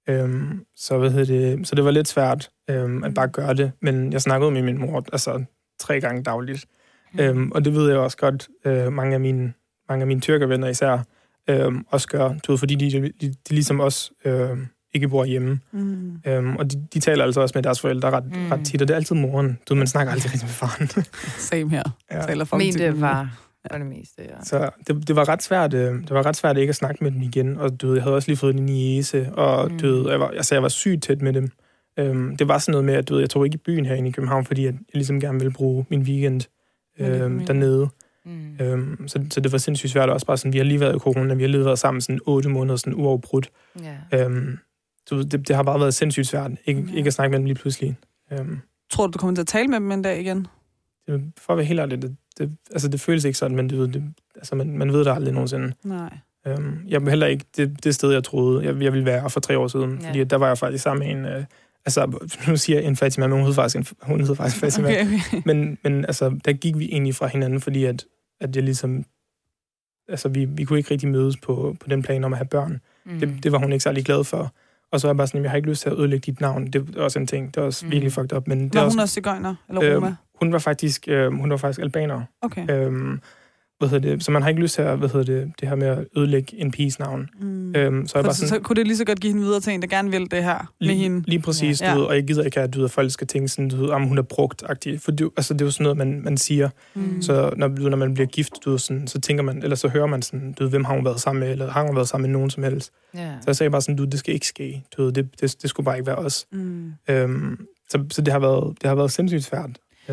Så det var lidt svært at bare gøre det. Men jeg snakkede med min mor 3 gange dagligt. Og det ved jeg også godt, mange af mine tyrkervenner især også gør, fordi de ligesom også ikke bor hjemme. Og de taler altså også med deres forældre ret tit, og det er altid moren. Man snakker aldrig rigtig med faren. Same her. Ja. Men det var det meste, ja. Så det var ret svært. Det var ret svært ikke at snakke med dem igen. Og jeg havde også lige fået en niece, og jeg var sygt tæt med dem. Det var sådan noget med, at jeg tog ikke i byen herinde i København, fordi jeg ligesom gerne ville bruge min weekend dernede. Så det var sindssygt svært også bare sådan, vi har lige været i corona, vi har lige været sammen sådan 8 måneder sådan uafbrudt. Det har bare været sindssygt svært, ikke at snakke med dem lige pludselig. Tror du kommer til at tale med dem en dag igen? For at være helt ærlig, det føles ikke sådan, men man ved det aldrig nogensinde. Nej. Jeg var heller ikke det sted, jeg troede, jeg ville være for 3 år siden, fordi der var jeg faktisk sammen med en... nu siger jeg en Fatima, men hun hed faktisk Fatima. Okay. Men der gik vi egentlig fra hinanden, fordi at jeg ligesom... vi kunne ikke rigtig mødes på den plan om at have børn. Det var hun ikke særlig glad for. Og så var jeg bare sådan, jeg har ikke lyst til at ødelægge dit navn. Det er også en ting. Det er også virkelig fucked up. Men var hun også sigøjner? Eller Roma? Hun var faktisk albaner. Okay. Så man har ikke lyst til at, det her med at ødelægge en piges navn. Så kunne det lige så godt give hende videre til en, der gerne vil det her med hende? Lige præcis, og jeg gider ikke, at folk skal tænke sådan, om hun er brugt-agtig. For det er jo sådan noget, man siger. Så når man bliver gift, så tænker man, eller så hører man sådan, hvem har hun været sammen med, eller har hun været sammen med nogen som helst. Så jeg sagde bare sådan, det skal ikke ske. Det skulle bare ikke være os. Så det har været sindssygt svært.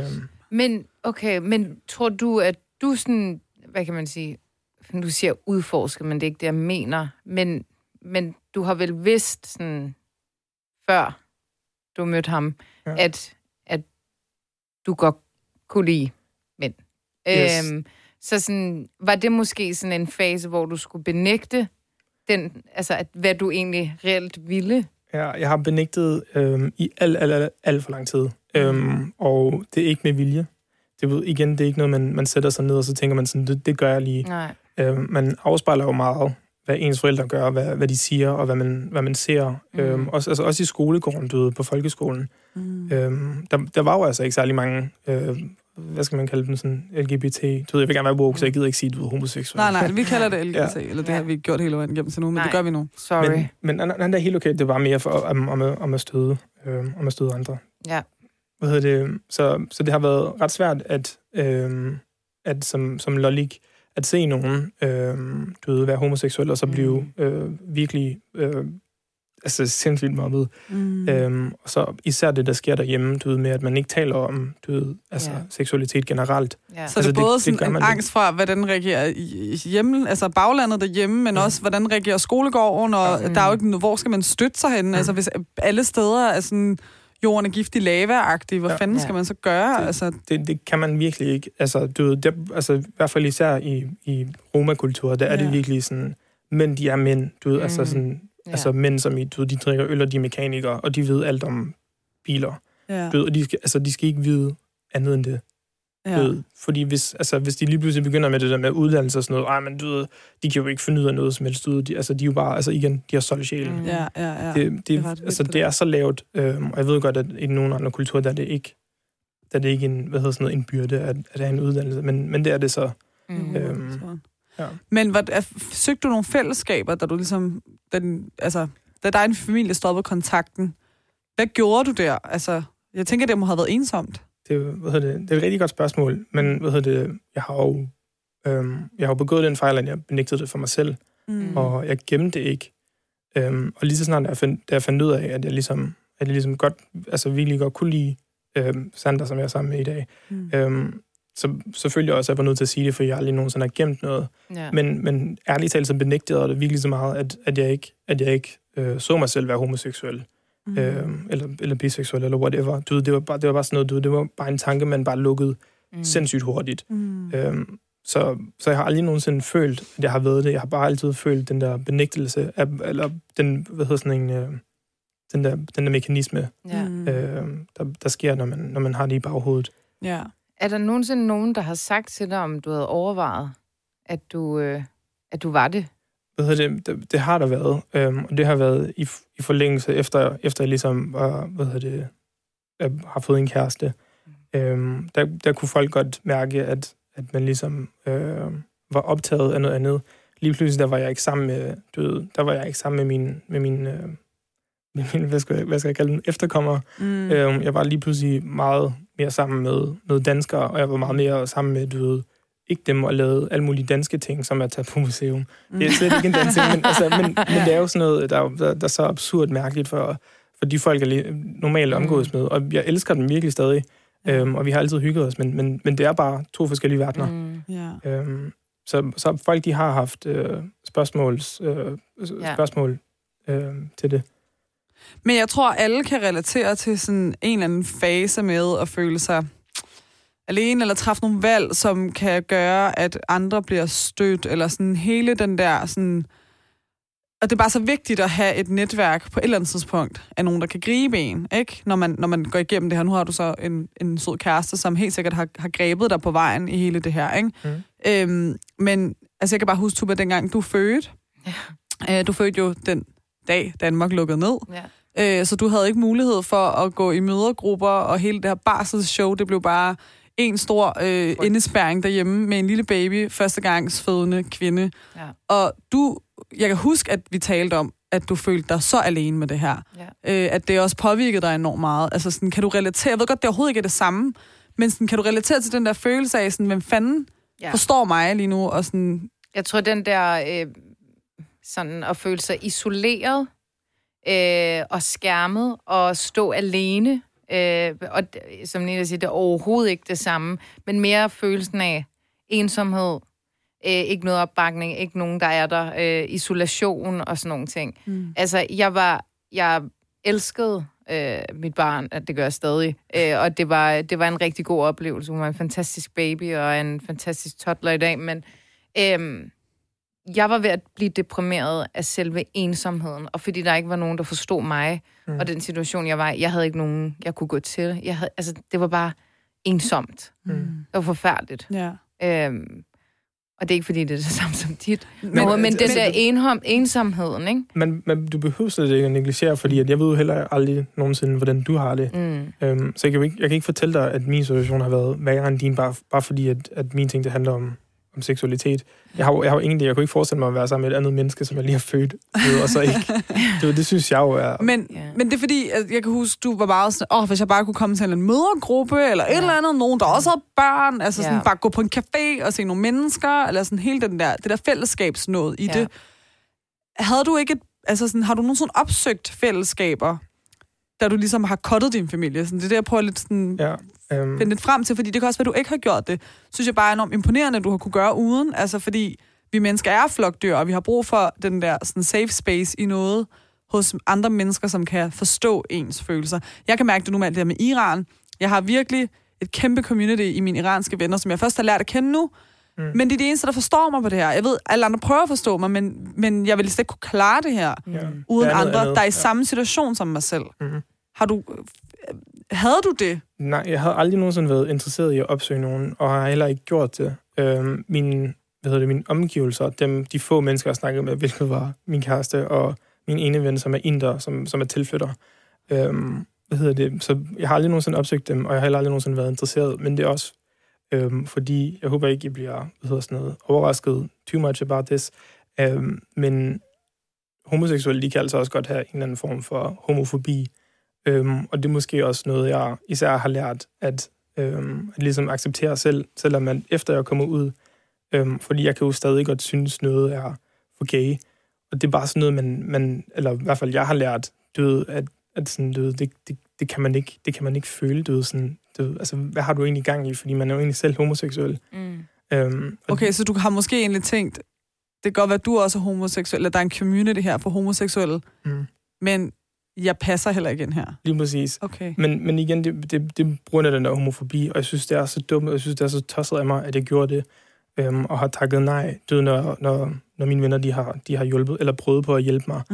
Men tror du, at du sådan, hvad kan man sige, du siger udforske, men det er ikke det, jeg mener, men du har vel vidst sådan, før du mødte ham, at du godt kunne lide mænd. Yes. Så sådan, var det måske sådan en fase, hvor du skulle benægte den, altså hvad du egentlig reelt ville? Ja, jeg har benægtet i alt for lang tid. Og det er ikke med vilje. Det er ikke noget, man sætter sig ned, og så tænker man sådan, det gør jeg lige. Nej. Man afspejler jo meget, hvad ens forældre gør, hvad de siger, og hvad man ser. Også i skolegården, du ved, på folkeskolen. Der var jo altså ikke særlig mange, hvad skal man kalde dem, sådan LGBT. Du ved, jeg vil gerne være woke, så jeg gider ikke sige, du er homoseksuel. Nej, vi kalder det LGBT, eller det har vi gjort hele vejen igennem til nu, men det gør vi nu. Sorry. Men det er helt okay, det var mere for om at støde andre. Ja. Hvad hedder det? Så det har været ret svært at som lollik, at se nogen du ved, være homoseksuel, og så blive virkelig sindssygt mobbet. Og så især det, der sker derhjemme, du ved, med at man ikke taler om, du ved, seksualitet generelt. Ja. Så det er både sådan en angst fra, hvordan reagerer i hjemme, altså baglandet derhjemme, men også, hvordan reagerer skolegården, og der er jo ikke, hvor skal man støtte sig henne? Altså, hvis alle steder er sådan jorden er giftig lava-agtig, hvad fanden skal man så gøre? Det kan man virkelig ikke. Altså, du ved, i hvert fald især i romakultur, der er det virkelig sådan, mænd, de er mænd, du ved, altså sådan, altså mænd, som de drikker øl, og de er mekanikere, og de ved alt om biler. Ja. Du ved, og de skal ikke vide andet end det. Ja. Ved, fordi hvis de lige pludselig begynder med det der med uddannelse og sådan noget, men du ved, de kan jo ikke finde ud af noget som helst. De er jo bare, igen, de har solgt sjælen. Ja. Det er så lavt, og jeg ved godt, at i nogle andre kulturer, der er det ikke en byrde at have en uddannelse, men det er det så. Ja. Men søgte du nogle fællesskaber, da du ligesom, da dig og din familie stoppede kontakten? Hvad gjorde du der? Altså, jeg tænker, det må have været ensomt. Det er et rigtig godt spørgsmål, men jeg har jo begået den fejl, at jeg benægtede det for mig selv, og jeg gemte det ikke. Og lige så snart, da jeg fandt ud af, at jeg ligesom godt, virkelig godt kunne lide Sander, som jeg er sammen med i dag, så selvfølgelig også, at jeg var nødt til at sige det, for jeg aldrig nogensinde har gemt noget. Ja. Men ærligt talt, så benægtede jeg det virkelig så meget, at jeg ikke så mig selv være homoseksuel. Eller biseksuel, eller whatever. Du ved, det var bare sådan noget, det var bare en tanke, man bare lukkede sindssygt hurtigt. Så jeg har aldrig nogensinde følt, at jeg har været det. Jeg har bare altid følt den der benægtelse, eller den, den der mekanisme, der sker, når man har det i baghovedet. Ja. Er der nogensinde nogen, der har sagt til dig, om du havde overvejet, at du var det? Det har der været, og det har været i forlængelse efter jeg ligesom har fået en kæreste. Der kunne folk godt mærke, at man ligesom var optaget af noget andet. Lige pludselig, der var jeg ikke sammen med min hvad skal jeg kalde den, efterkommere. Jeg var lige pludselig meget mere sammen med danskere, og jeg var meget mere sammen med, du ved, ikke dem og lavede alle mulige danske ting, som at tage på museum. Det er slet ikke en dansk ting, men det er jo sådan noget, der er så absurd mærkeligt for de folk, jeg normalt omgås med. Og jeg elsker dem virkelig stadig, og vi har altid hygget os, men det er bare to forskellige verdener. Så folk, de har haft spørgsmål til det. Men jeg tror, alle kan relatere til sådan en eller anden fase med at føle sig alene, eller træffe nogle valg, som kan gøre, at andre bliver stødt, eller sådan hele den der sådan. Og det er bare så vigtigt at have et netværk på et eller andet tidspunkt af nogen, der kan gribe en, ikke? Når man går igennem det her. Nu har du så en sød kæreste, som helt sikkert har grebet dig på vejen i hele det her, ikke? Men altså, jeg kan bare huske, Tuba, dengang du fødte. Ja. Du fødte jo den dag, Danmark lukkede ned. Ja. Så du havde ikke mulighed for at gå i mødergrupper, og hele det her barselsshow, det blev bare en stor indespærring derhjemme med en lille baby, førstegangsfødende kvinde. Ja. Og jeg kan huske, at vi talte om, at du følte dig så alene med det her. Ja. At det også påvirkede dig enormt meget. Altså sådan, kan du relatere, jeg ved godt, det overhovedet ikke er det samme, men sådan, kan du relatere til den der følelse af, sådan, hvem fanden forstår mig lige nu? Og sådan. Jeg tror, den der sådan at føle sig isoleret og skærmet og stå alene, og som Nina siger, det er overhovedet ikke det samme, men mere følelsen af ensomhed, ikke noget opbakning, ikke nogen, der er der, isolation og sådan nogle ting. Altså, jeg elskede mit barn, at det gør jeg stadig. Og det var en rigtig god oplevelse. Hun var en fantastisk baby og en fantastisk toddler i dag, men jeg var ved at blive deprimeret af selve ensomheden, og fordi der ikke var nogen, der forstod mig, og den situation, jeg var i. Jeg havde ikke nogen, jeg kunne gå til. Det var bare ensomt. Det var forfærdeligt. Ja. Og det er ikke, fordi det er det samme som dit. Men den der ensomheden, ikke? Men du behøver slet ikke at negligere, fordi at jeg ved jo heller aldrig nogensinde, hvordan du har det. Så jeg kan ikke fortælle dig, at min situation har været værre end din, bare fordi, at mine ting, det handler om seksualitet. Jeg har jo ingen idé. Jeg kunne ikke forestille mig at være sammen med et andet menneske, som jeg lige har født, og så ikke. Det synes jeg jo er... Men det er fordi, at jeg kan huske, du var bare sådan, hvis jeg bare kunne komme til en mødregruppe, eller et eller andet, nogen, der også havde børn, altså sådan bare gå på en café og se nogle mennesker, eller sådan hele det der fællesskabsnåd i det. Havde du ikke har du nogensinde opsøgt fællesskaber, da du ligesom har cuttet din familie? Sådan, det er det, jeg prøver lidt sådan... finde lidt frem til, fordi det kan også være, at du ikke har gjort det. Synes jeg bare er enormt imponerende, at du har kunne gøre uden, altså fordi vi mennesker er flokdyr, og vi har brug for den der sådan safe space i noget hos andre mennesker, som kan forstå ens følelser. Jeg kan mærke det nu med alt det her med Iran. Jeg har virkelig et kæmpe community i mine iranske venner, som jeg først har lært at kende nu, men det er de eneste, der forstår mig på det her. Jeg ved, alle andre prøver at forstå mig, men jeg vil slet ikke kunne klare det her uden andre, der er i samme situation som mig selv. Havde du det? Nej, jeg havde aldrig nogensinde været interesseret i at opsøge nogen, og har heller ikke gjort det. Mine omgivelser, de få mennesker, jeg snakkede med, hvilket var min kæreste og min ene ven, som er inder, som er tilflytter. Så jeg har aldrig nogensinde opsøgt dem, og jeg har heller aldrig nogensinde været interesseret, men det er også fordi, jeg håber ikke, I bliver overrasket too much about this, men homoseksuelle, de kan altså også godt have en eller anden form for homofobi. Og det er måske også noget, jeg især har lært, at ligesom acceptere selv, selvom man efter jeg kommer ud, fordi jeg kan jo stadig godt synes, noget er for gay. Og det er bare sådan noget, man eller i hvert fald jeg har lært, at sådan, det kan man ikke føle, sådan, altså, hvad har du egentlig gang i, fordi man er jo egentlig selv homoseksuel. Okay, så du har måske egentlig tænkt, det kan godt være, at du også er homoseksuel, eller der er en community her for homoseksuelle, men jeg passer heller ikke ind her. Lige præcis. Okay. Men igen, det bruger den der homofobi, og jeg synes, det er så dumt, og jeg synes, det er så tosset af mig, at jeg gjorde det, og har takket nej, når mine venner, de har hjulpet, eller prøvet på at hjælpe mig.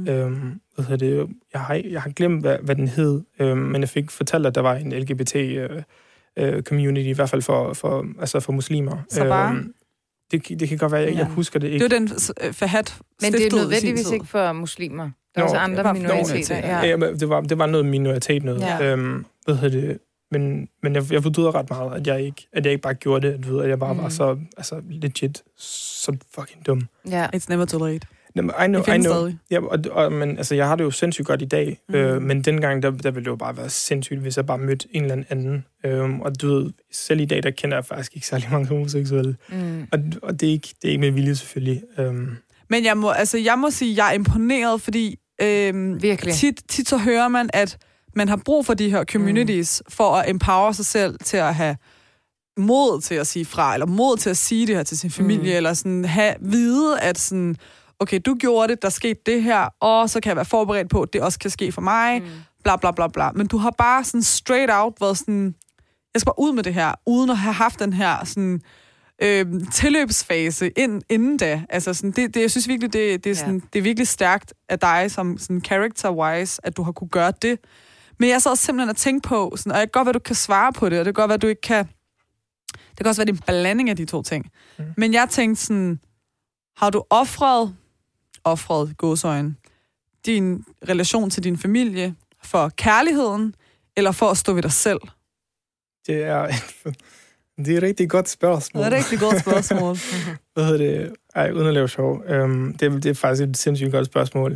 Jeg har glemt, hvad den hed, men jeg fik fortalt, at der var en LGBT community, i hvert fald for muslimer. Så bare... Det kan godt være, jeg husker det ikke. Det var den Fahad stiftede. Men det er nødvendigvis ikke for muslimer. Der er også andre minoriteter. Ja, det var noget minoritet noget. Ja. Men jeg fortryder ret meget, at jeg ikke bare gjorde det, at jeg bare var så legit, så fucking dum. Yeah. It's never too late. I know. Ja, men altså, jeg har det jo sindssygt godt i dag, men dengang, der ville det jo bare være sindssygt, hvis jeg bare mødte en eller anden. Og du ved, selv i dag, der kender jeg faktisk ikke særlig mange homoseksuelle. Og det er ikke med vilje, selvfølgelig. Men jeg må sige, at jeg er imponeret, fordi tit så hører man, at man har brug for de her communities for at empower sig selv til at have mod til at sige fra, eller mod til at sige det her til sin familie, eller sådan vide, at sådan, okay, du gjorde det, der skete det her, og så kan jeg være forberedt på, at det også kan ske for mig, bla bla bla bla. Men du har bare sådan straight out været sådan, jeg skal bare ud med det her, uden at have haft den her sådan tilløbsfase inden da. Altså sådan, det, jeg synes virkelig, det er virkelig stærkt af dig som sådan character-wise, at du har kunne gøre det. Men jeg så også simpelthen at tænke på, sådan, og jeg kan godt være, du kan svare på det, og det kan godt være, du ikke kan... Det kan også være, det er en blanding af de to ting. Men jeg tænkte sådan, har du offret gåseøjne, din relation til din familie for kærligheden, eller for at stå ved dig selv? Det er et rigtig godt spørgsmål. Det er et rigtig godt spørgsmål. Hvad hedder det? Uden at lave sjov. Det er faktisk et sindssygt godt spørgsmål.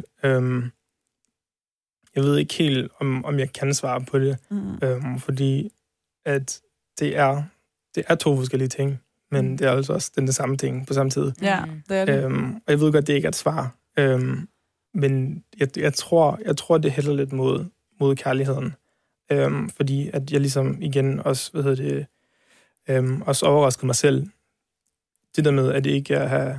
Jeg ved ikke helt, om jeg kan svare på det, fordi at det er to forskellige ting, men det er altså også den samme ting på samme tid. Ja, det er det. Og jeg ved godt, det ikke er et svar, men jeg tror, det hælder lidt mod kærligheden, fordi at jeg ligesom igen også, også overraskede mig selv. Det der med, at ikke jeg har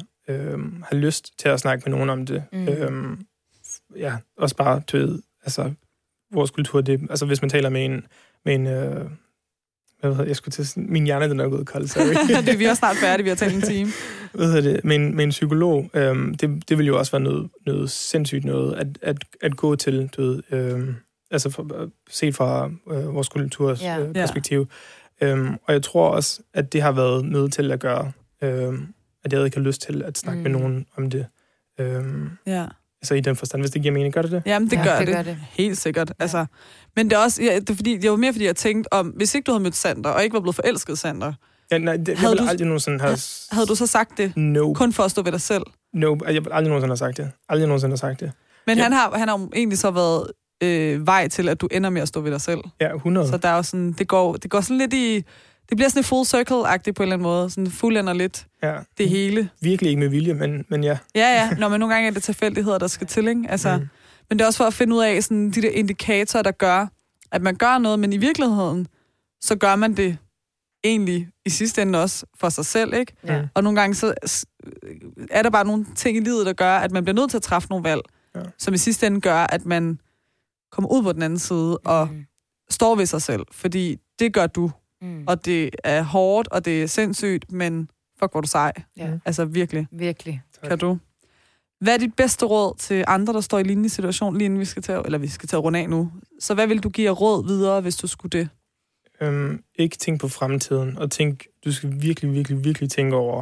lyst til at snakke med nogen om det. Også bare, vores kultur, det, altså hvis man taler med en jeg skulle til min hjerne, den er gået kold, sorry. Vi er snart færdige, vi har talt en time. Med en psykolog, det vil jo også være noget sindssygt noget, at gå til, du ved, altså set fra vores kulturs perspektiv. Og jeg tror også, at det har været noget til at gøre, at jeg ikke har lyst til at snakke med nogen om det. Altså i den forstand, hvis det giver mening, gør det det? Jamen, det gør det. Helt sikkert. Ja. Altså, men det er også, det var mere fordi, jeg tænkte om, hvis ikke du havde mødt Sander, og ikke var blevet forelsket i Sander, aldrig nogensinde havde du så sagt det? No. Kun for at stå ved dig selv? No, jeg vil aldrig nogensinde have sagt det. Men han har egentlig så været vej til, at du ender med at stå ved dig selv. Ja, 100. Så der er jo sådan, det går sådan lidt i... Det bliver sådan et full circle-agtigt på en eller anden måde. Sådan fuldender lidt det hele. Virkelig ikke med vilje, men ja. Ja. Nå, men nogle gange er det tilfældigheder, der skal til, ikke? Altså, men det er også for at finde ud af sådan, de der indikatorer, der gør, at man gør noget, men i virkeligheden, så gør man det egentlig i sidste ende også for sig selv, ikke? Ja. Og nogle gange så er der bare nogle ting i livet, der gør, at man bliver nødt til at træffe nogle valg, som i sidste ende gør, at man kommer ud på den anden side og står ved sig selv. Fordi det gør du. Og det er hårdt, og det er sindssygt, men fuck, hvor du sej. Ja. Altså virkelig. Virkelig. Kan du? Hvad er dit bedste råd til andre, der står i lignende situation, lige inden vi skal til at runde af nu? Så hvad vil du give af råd videre, hvis du skulle det? Ikke tænk på fremtiden, og du skal virkelig, virkelig, virkelig tænke over,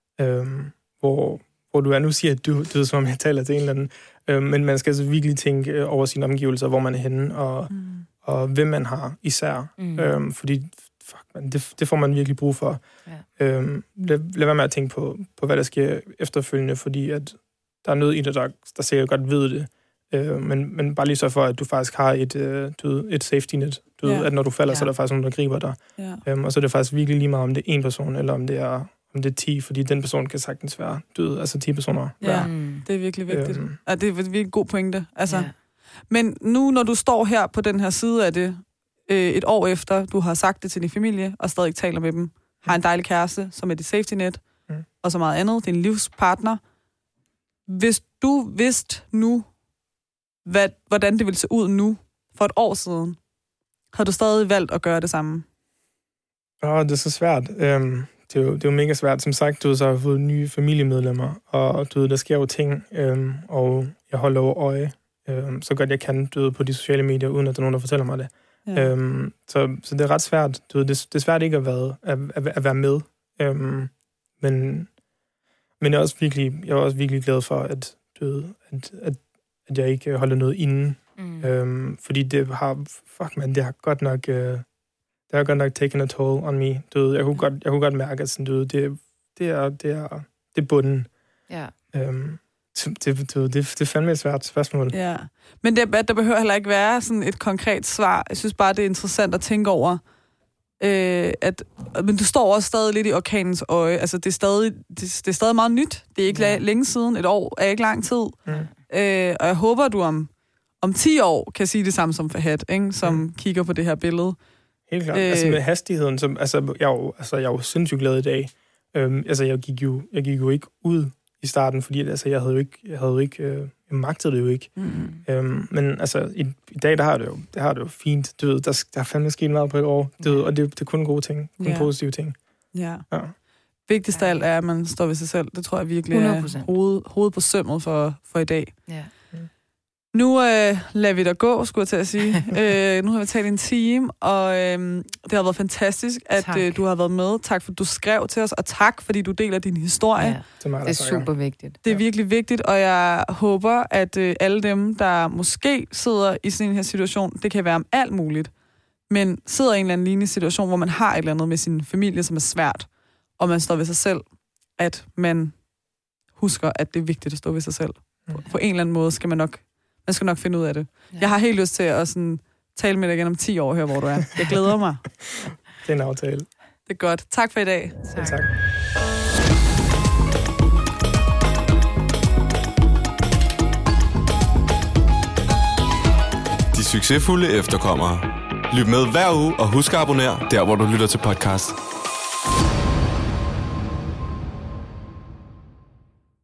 hvor du er. Nu siger jeg, du ved, som om jeg taler til en eller anden, men man skal altså virkelig tænke over sine omgivelser, hvor man er henne, og hvem man har især. Fordi det får man virkelig brug for. Ja. Lad være med at tænke på, hvad der sker efterfølgende, fordi at der er noget i dig, der sikkert godt ved det. Men bare lige så for, at du faktisk har et safety net. At når du falder, så er der faktisk nogen, der griber dig. Ja. Og så er det faktisk virkelig lige meget, om det er en person, eller om det er 10, fordi den person kan sagtens være død. Altså 10 personer. Ja, det er virkelig vigtigt. Det er virkelig en god pointe. Altså. Men nu, når du står her på den her side af det, et år efter, du har sagt det til din familie, og stadig taler med dem, har en dejlig kæreste, som er dit safety net, og så meget andet, din livspartner. Hvis du vidste nu, hvordan det ville se ud nu, for et år siden, har du stadig valgt at gøre det samme? Det er så svært. Det er jo mega svært. Som sagt, så har jeg fået nye familiemedlemmer, og der sker jo ting, og jeg holder over øje, så godt jeg kan, på de sociale medier, uden at der er nogen, der fortæller mig det. Ja. Så det er ret svært. Det er svært ikke at være med. Men jeg er også virkelig glad for, at jeg ikke holder noget inde. Fordi det har godt nok taken a toll on me. Jeg kunne godt mærke, at sådan, det er bunden. Ja. Det er fandme et svært spørgsmål. Ja. Men der behøver heller ikke være sådan et konkret svar. Jeg synes bare, det er interessant at tænke over, men du står også stadig lidt i orkanens øje. Altså, det er stadig meget nyt. Det er ikke længe siden. Et år er ikke lang tid. Og jeg håber, du om 10 år kan sige det samme som Fahad, ikke? Som kigger på det her billede. Helt klart. Altså med hastigheden, jeg er jo sindssygt glad i dag. Jeg gik jo ikke ud i starten, fordi jeg magtede det jo ikke. Men altså, i dag, der har det jo fint. Du ved, der er fandme sket meget på et år. Og det er kun gode ting. Kun positive ting. Ja. Vigtigst af alt er, at man står ved sig selv. Det tror jeg virkelig 100%. Er hovedet på sømmet for i dag. Ja. Nu lader vi dig gå, skulle jeg til at sige. Nu har vi talt en time, og det har været fantastisk, at du har været med. Tak, for du skrev til os, og tak, fordi du deler din historie. Ja, det er super vigtigt. Det er virkelig vigtigt, og jeg håber, at alle dem, der måske sidder i sådan en her situation, det kan være om alt muligt, men sidder i en eller anden lignende situation, hvor man har et eller andet med sin familie, som er svært, og man står ved sig selv, at man husker, at det er vigtigt at stå ved sig selv. På en eller anden måde skal man skal nok finde ud af det. Ja. Jeg har helt lyst til at sådan, tale med dig igen om 10 år her, hvor du er. Jeg glæder mig. Det er en aftale. Det er godt. Tak for i dag. Tak. De succesfulde efterkommere. Lyt med hver uge, og husk at abonnere der, hvor du lytter til podcast.